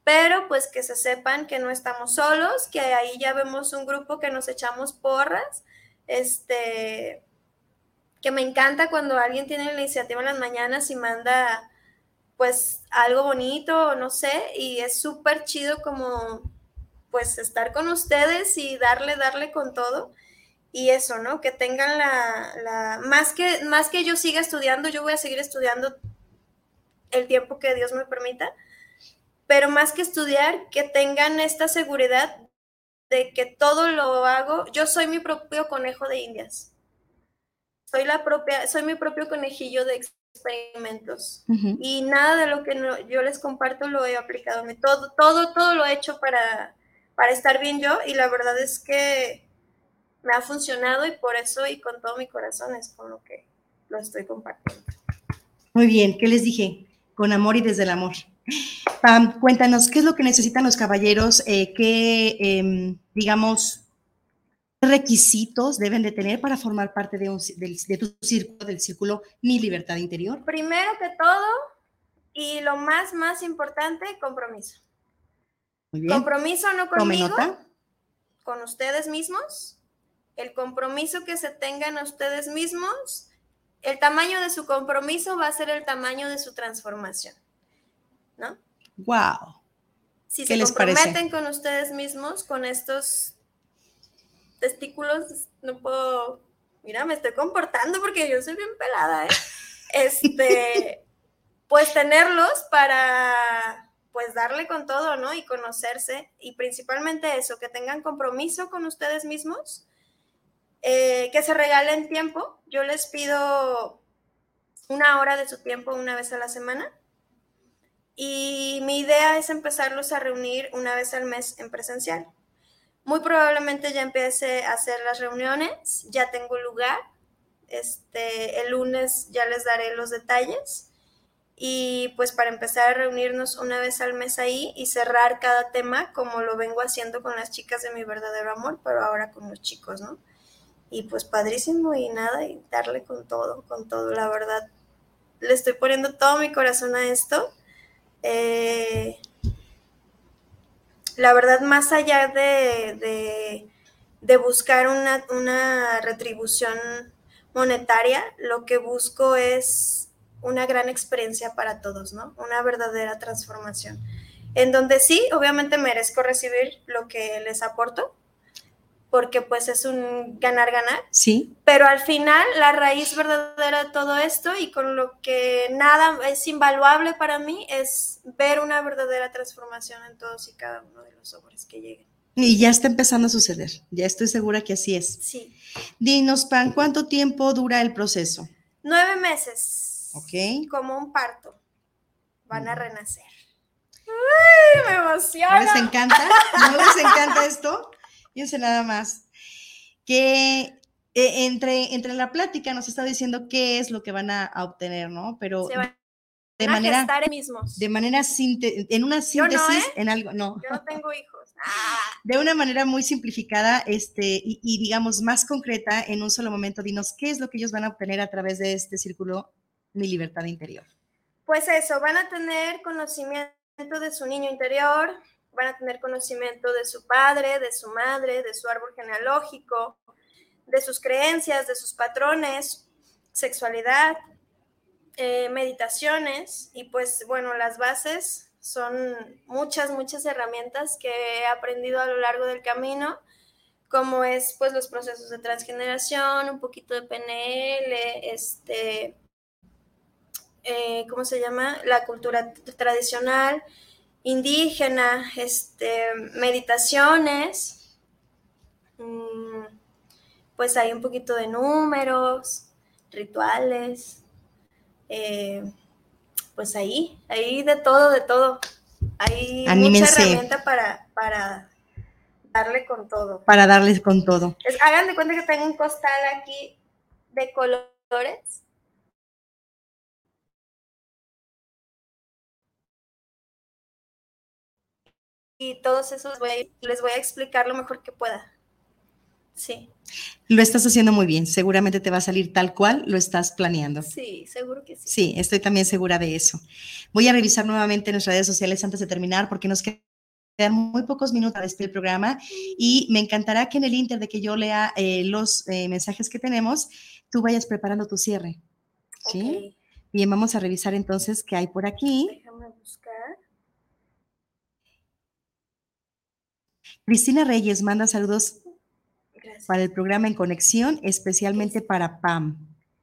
Speaker 10: pero pues que se sepan que no estamos solos, que ahí ya vemos un grupo que nos echamos porras, que me encanta cuando alguien tiene la iniciativa en las mañanas y manda pues algo bonito, o no sé, y es súper chido como pues estar con ustedes y darle con todo. Y eso, ¿no? Que tengan más que yo siga estudiando, yo voy a seguir estudiando el tiempo que Dios me permita, pero más que estudiar, que tengan esta seguridad de que todo lo hago, yo soy mi propio conejo de indias. Soy mi propio conejillo de experimentos. Uh-huh. Y nada de lo que yo les comparto lo he aplicado. Todo lo he hecho para estar bien yo, y la verdad es que me ha funcionado, y por eso y con todo mi corazón es con lo que lo estoy compartiendo.
Speaker 9: Muy bien, ¿qué les dije? Con amor y desde el amor. Pam, cuéntanos, ¿qué es lo que necesitan los caballeros? ¿Qué, digamos, requisitos deben de tener para formar parte de tu círculo, del círculo Mi Libertad Interior?
Speaker 10: Primero que todo, y lo más importante, compromiso.
Speaker 9: Muy bien.
Speaker 10: Compromiso no conmigo,
Speaker 9: ¿Tome nota?
Speaker 10: Con ustedes mismos. El compromiso que se tengan a ustedes mismos, el tamaño de su compromiso va a ser el tamaño de su transformación, ¿no?
Speaker 9: ¡Wow!
Speaker 10: Si se comprometen con ustedes mismos, con estos testículos, no puedo, mira, me estoy comportando porque yo soy bien pelada, pues tenerlos para, pues darle con todo, ¿no? Y conocerse, y principalmente eso, que tengan compromiso con ustedes mismos, que se regalen tiempo. Yo les pido 1 hora de su tiempo una vez a la semana, y mi idea es empezarlos a reunir una vez al mes en presencial. Muy probablemente ya empiece a hacer las reuniones, ya tengo lugar, el lunes ya les daré los detalles, y pues para empezar a reunirnos una vez al mes ahí y cerrar cada tema como lo vengo haciendo con las chicas de Mi Verdadero Amor, pero ahora con los chicos, ¿no? Y pues padrísimo, y nada, y darle con todo, la verdad. Le estoy poniendo todo mi corazón a esto. La verdad, más allá de buscar una retribución monetaria, lo que busco es una gran experiencia para todos, ¿no? Una verdadera transformación, en donde sí, obviamente merezco recibir lo que les aporto, porque pues es un ganar-ganar.
Speaker 9: Sí.
Speaker 10: Pero al final, la raíz verdadera de todo esto, y con lo que nada es invaluable para mí, es ver una verdadera transformación en todos y cada uno de los hombres que lleguen.
Speaker 9: Y ya está empezando a suceder, ya estoy segura que así es.
Speaker 10: Sí.
Speaker 9: Dinos, Pam, ¿cuánto tiempo dura el proceso?
Speaker 10: 9 meses.
Speaker 9: Ok.
Speaker 10: Como un parto. Van a renacer. ¡Uy, me emociona!
Speaker 9: ¿No les encanta? ¿No les encanta esto? Yo sé nada más que entre la plática nos está diciendo qué es lo que van a obtener, ¿no? Pero
Speaker 10: se van a gestar mismos.
Speaker 9: De manera en una síntesis, en algo, no.
Speaker 10: Yo no tengo hijos.
Speaker 9: De una manera muy simplificada, y digamos más concreta, en un solo momento, dinos qué es lo que ellos van a obtener a través de este círculo Mi Libertad Interior.
Speaker 10: Pues eso, van a tener conocimiento de su niño interior, van a tener conocimiento de su padre, de su madre, de su árbol genealógico, de sus creencias, de sus patrones, sexualidad, meditaciones, y pues bueno, las bases son muchas herramientas que he aprendido a lo largo del camino, como es pues los procesos de transgeneración, un poquito de PNL, ¿cómo se llama? La cultura tradicional, indígena, meditaciones, pues hay un poquito de números, rituales, pues ahí de todo. Hay
Speaker 9: Anímense.
Speaker 10: Mucha herramienta para darle con todo.
Speaker 9: Para darles con todo.
Speaker 10: Hagan de cuenta que tengo un costal aquí de colores. Y todos esos les voy a explicar lo mejor que pueda. Sí.
Speaker 9: Lo estás haciendo muy bien, seguramente te va a salir tal cual lo estás planeando.
Speaker 10: Sí, seguro que sí.
Speaker 9: Sí, estoy también segura de eso. Voy a revisar nuevamente nuestras redes sociales antes de terminar porque nos quedan muy pocos minutos para despedir el programa y me encantará que en el inter de que yo lea los mensajes que tenemos, tú vayas preparando tu cierre. ¿Sí?
Speaker 10: Okay.
Speaker 9: Bien, vamos a revisar entonces qué hay por aquí.
Speaker 10: Déjame buscar.
Speaker 9: Cristina Reyes manda saludos.
Speaker 10: Gracias.
Speaker 9: Para el programa En Conexión, especialmente para Pam.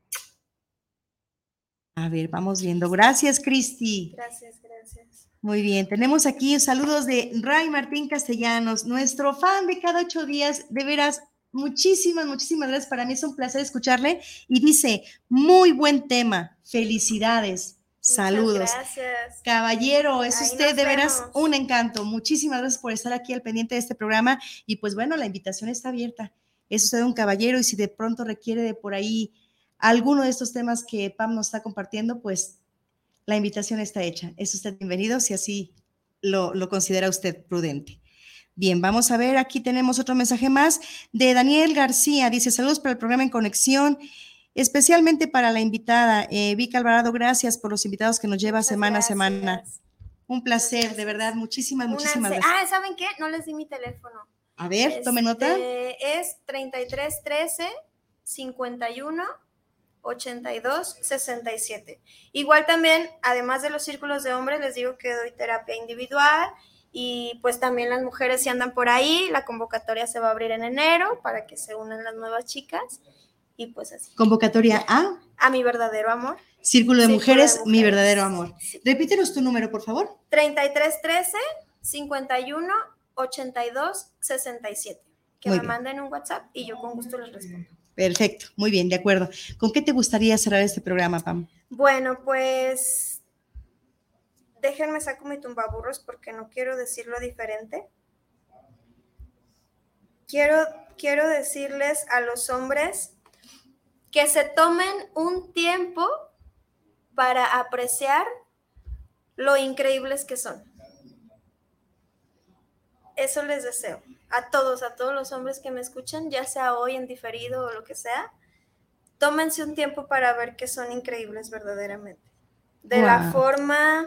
Speaker 9: A ver, vamos viendo. Gracias, Cristi.
Speaker 10: Gracias.
Speaker 9: Muy bien, tenemos aquí saludos de Ray Martín Castellanos, nuestro fan de cada 8 días. De veras, muchísimas gracias. Para mí es un placer escucharle. Y dice, muy buen tema. Felicidades. Saludos.
Speaker 10: Muchas gracias.
Speaker 9: Caballero, es
Speaker 10: Ahí
Speaker 9: usted de veras
Speaker 10: vemos.
Speaker 9: un encanto. Muchísimas gracias por estar aquí al pendiente de este programa. Y pues bueno, la invitación está abierta. Es usted un caballero y si de pronto requiere de por ahí alguno de estos temas que Pam nos está compartiendo, pues la invitación está hecha. Es usted bienvenido si así lo considera usted prudente. Bien, vamos a ver, aquí tenemos otro mensaje más de Daniel García. Dice, saludos para el programa En Conexión, especialmente para la invitada. Vicky Alvarado, gracias por los invitados que nos lleva semana a semana. Un placer, de verdad, muchísimas gracias.
Speaker 10: ¿Saben qué? No les di mi teléfono.
Speaker 9: A ver, tome nota.
Speaker 10: Es 3313 51 82 67. Igual también, además de los círculos de hombres, les digo que doy terapia individual y pues también las mujeres si andan por ahí, la convocatoria se va a abrir en enero para que se unan las nuevas chicas y pues así.
Speaker 9: Convocatoria a
Speaker 10: Mi verdadero amor.
Speaker 9: Círculo de mujeres, Mi verdadero amor. Sí. Repítenos tu número, por favor.
Speaker 10: 3313 51 82 67. Que me manden un WhatsApp y yo con gusto les respondo.
Speaker 9: Perfecto, muy bien, de acuerdo. ¿Con qué te gustaría cerrar este programa, Pam?
Speaker 10: Bueno, pues déjenme saco mi tumbaburros porque no quiero decirlo diferente. Quiero decirles a los hombres que se tomen un tiempo para apreciar lo increíbles que son. Eso les deseo. A todos los hombres que me escuchan, ya sea hoy en diferido o lo que sea, tómense un tiempo para ver que son increíbles verdaderamente. De la forma,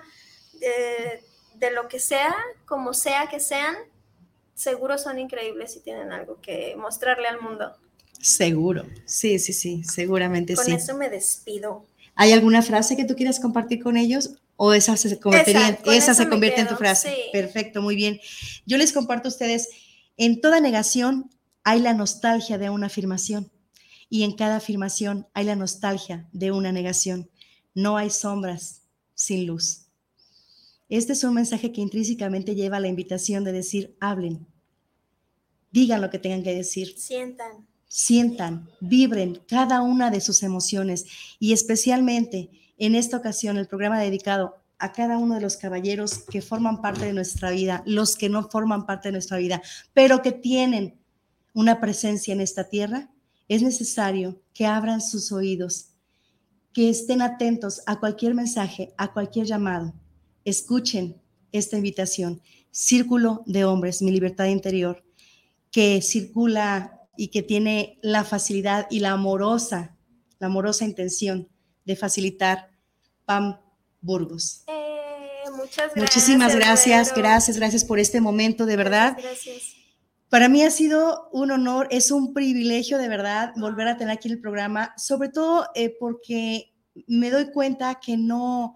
Speaker 10: de lo que sea, como sea que sean, seguro son increíbles y tienen algo que mostrarle al mundo.
Speaker 9: Seguro, sí, seguramente sí.
Speaker 10: Con eso me despido.
Speaker 9: ¿Hay alguna frase que tú quieras compartir con ellos? ¿O esa se convierte en tu frase? Sí. Perfecto, muy bien. Yo les comparto a ustedes, en toda negación hay la nostalgia de una afirmación y en cada afirmación hay la nostalgia de una negación. No hay sombras sin luz. Este es un mensaje que intrínsecamente lleva la invitación de decir, hablen, digan lo que tengan que decir. Sientan, vibren cada una de sus emociones y especialmente en esta ocasión el programa dedicado a cada uno de los caballeros que forman parte de nuestra vida, los que no forman parte de nuestra vida, pero que tienen una presencia en esta tierra, es necesario que abran sus oídos, que estén atentos a cualquier mensaje, a cualquier llamado. Escuchen esta invitación, Círculo de Hombres, mi libertad interior, que circula y que tiene la facilidad y la amorosa intención de facilitar Pam Burgos.
Speaker 10: Muchas gracias.
Speaker 9: Muchísimas gracias por este momento, de verdad.
Speaker 10: Gracias.
Speaker 9: Para mí ha sido un honor, es un privilegio de verdad volver a tener aquí el programa, sobre todo porque me doy cuenta que no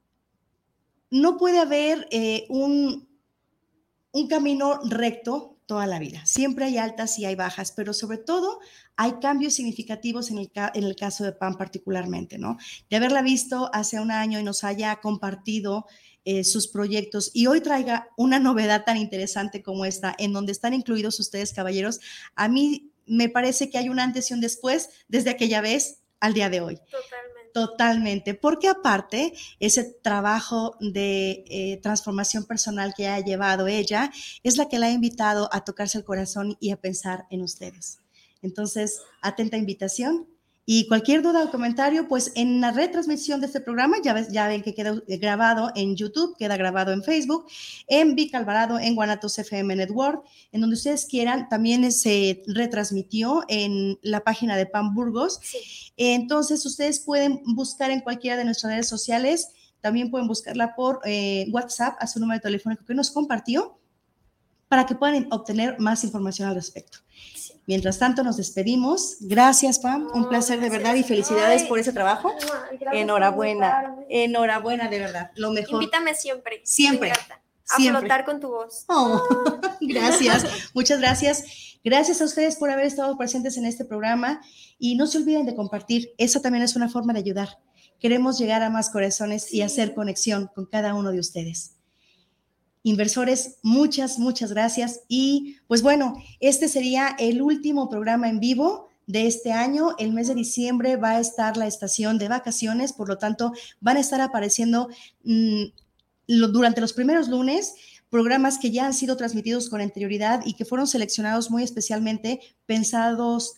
Speaker 9: puede haber un camino recto toda la vida. Siempre hay altas y hay bajas, pero sobre todo hay cambios significativos en el caso de Pam particularmente, ¿no? De haberla visto hace un año y nos haya compartido sus proyectos y hoy traiga una novedad tan interesante como esta, en donde están incluidos ustedes, caballeros, a mí me parece que hay un antes y un después desde aquella vez al día de hoy. Totalmente, porque aparte ese trabajo de transformación personal que ha llevado ella es la que la ha invitado a tocarse el corazón y a pensar en ustedes. Entonces, atenta invitación Y cualquier duda o comentario, pues en la retransmisión de este programa, ya ven que queda grabado en YouTube, queda grabado en Facebook, en Vic Alvarado, en Guanatos FM Network, en donde ustedes quieran. También se retransmitió en la página de Pam Burgos. Sí. Entonces, ustedes pueden buscar en cualquiera de nuestras redes sociales. También pueden buscarla por WhatsApp a su número telefónico que nos compartió para que puedan obtener más información al respecto. Sí. Mientras tanto, nos despedimos. Gracias, Pam. Un placer de verdad y felicidades por ese trabajo. Enhorabuena. Enhorabuena, de verdad. Lo mejor.
Speaker 10: Invítame siempre.
Speaker 9: Siempre.
Speaker 10: Me encanta. A flotar con tu voz.
Speaker 9: Oh, gracias. Muchas gracias. Gracias a ustedes por haber estado presentes en este programa y no se olviden de compartir. Eso también es una forma de ayudar. Queremos llegar a más corazones y hacer conexión con cada uno de ustedes. Inversores, muchas gracias. Y pues bueno, este sería el último programa en vivo de este año. El mes de diciembre va a estar la estación de vacaciones, por lo tanto van a estar apareciendo durante los primeros lunes programas que ya han sido transmitidos con anterioridad y que fueron seleccionados muy especialmente pensados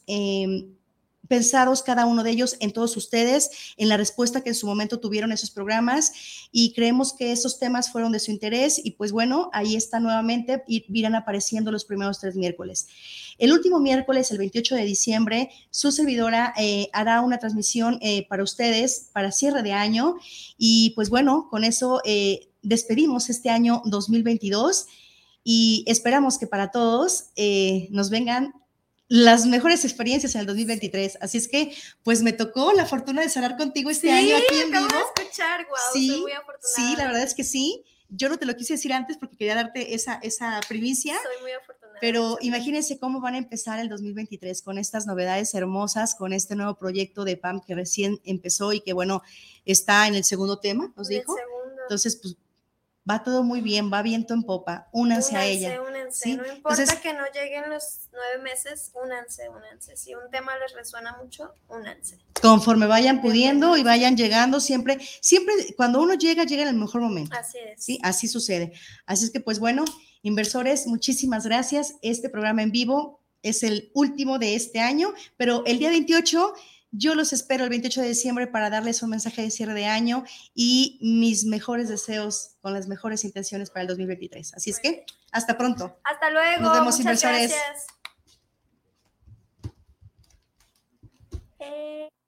Speaker 9: cada uno de ellos en todos ustedes, en la respuesta que en su momento tuvieron esos programas, y creemos que esos temas fueron de su interés y pues bueno, ahí está nuevamente y irán apareciendo los primeros 3 miércoles. El último miércoles, el 28 de diciembre, su servidora hará una transmisión para ustedes para cierre de año y pues bueno, con eso despedimos este año 2022 y esperamos que para todos nos vengan las mejores experiencias en el 2023. Así es que, pues me tocó la fortuna de cerrar contigo este año aquí en vivo.
Speaker 10: Sí, acabo de escuchar, wow,
Speaker 9: sí,
Speaker 10: soy muy afortunada.
Speaker 9: Sí, la verdad es que sí. Yo no te lo quise decir antes porque quería darte esa primicia.
Speaker 10: Soy muy afortunada.
Speaker 9: Pero imagínense cómo van a empezar el 2023 con estas novedades hermosas, con este nuevo proyecto de PAM que recién empezó y que, bueno, está en el segundo tema, nos dijo. Entonces, pues, va todo muy bien, va viento en popa, únanse a ella.
Speaker 10: ¿Sí? No importa. Entonces, que no lleguen los 9 meses, únanse. Si un tema les resuena mucho, únanse.
Speaker 9: Conforme vayan pudiendo y vayan llegando, siempre cuando uno llega en el mejor momento.
Speaker 10: Así es.
Speaker 9: Sí, así sucede. Así es que, pues bueno, inversores, muchísimas gracias. Este programa en vivo es el último de este año, pero el día 28... yo los espero el 28 de diciembre para darles un mensaje de cierre de año y mis mejores deseos con las mejores intenciones para el 2023. Así es que, hasta pronto.
Speaker 10: Hasta luego.
Speaker 9: Nos vemos,
Speaker 10: muchas
Speaker 9: inversores.
Speaker 10: Gracias.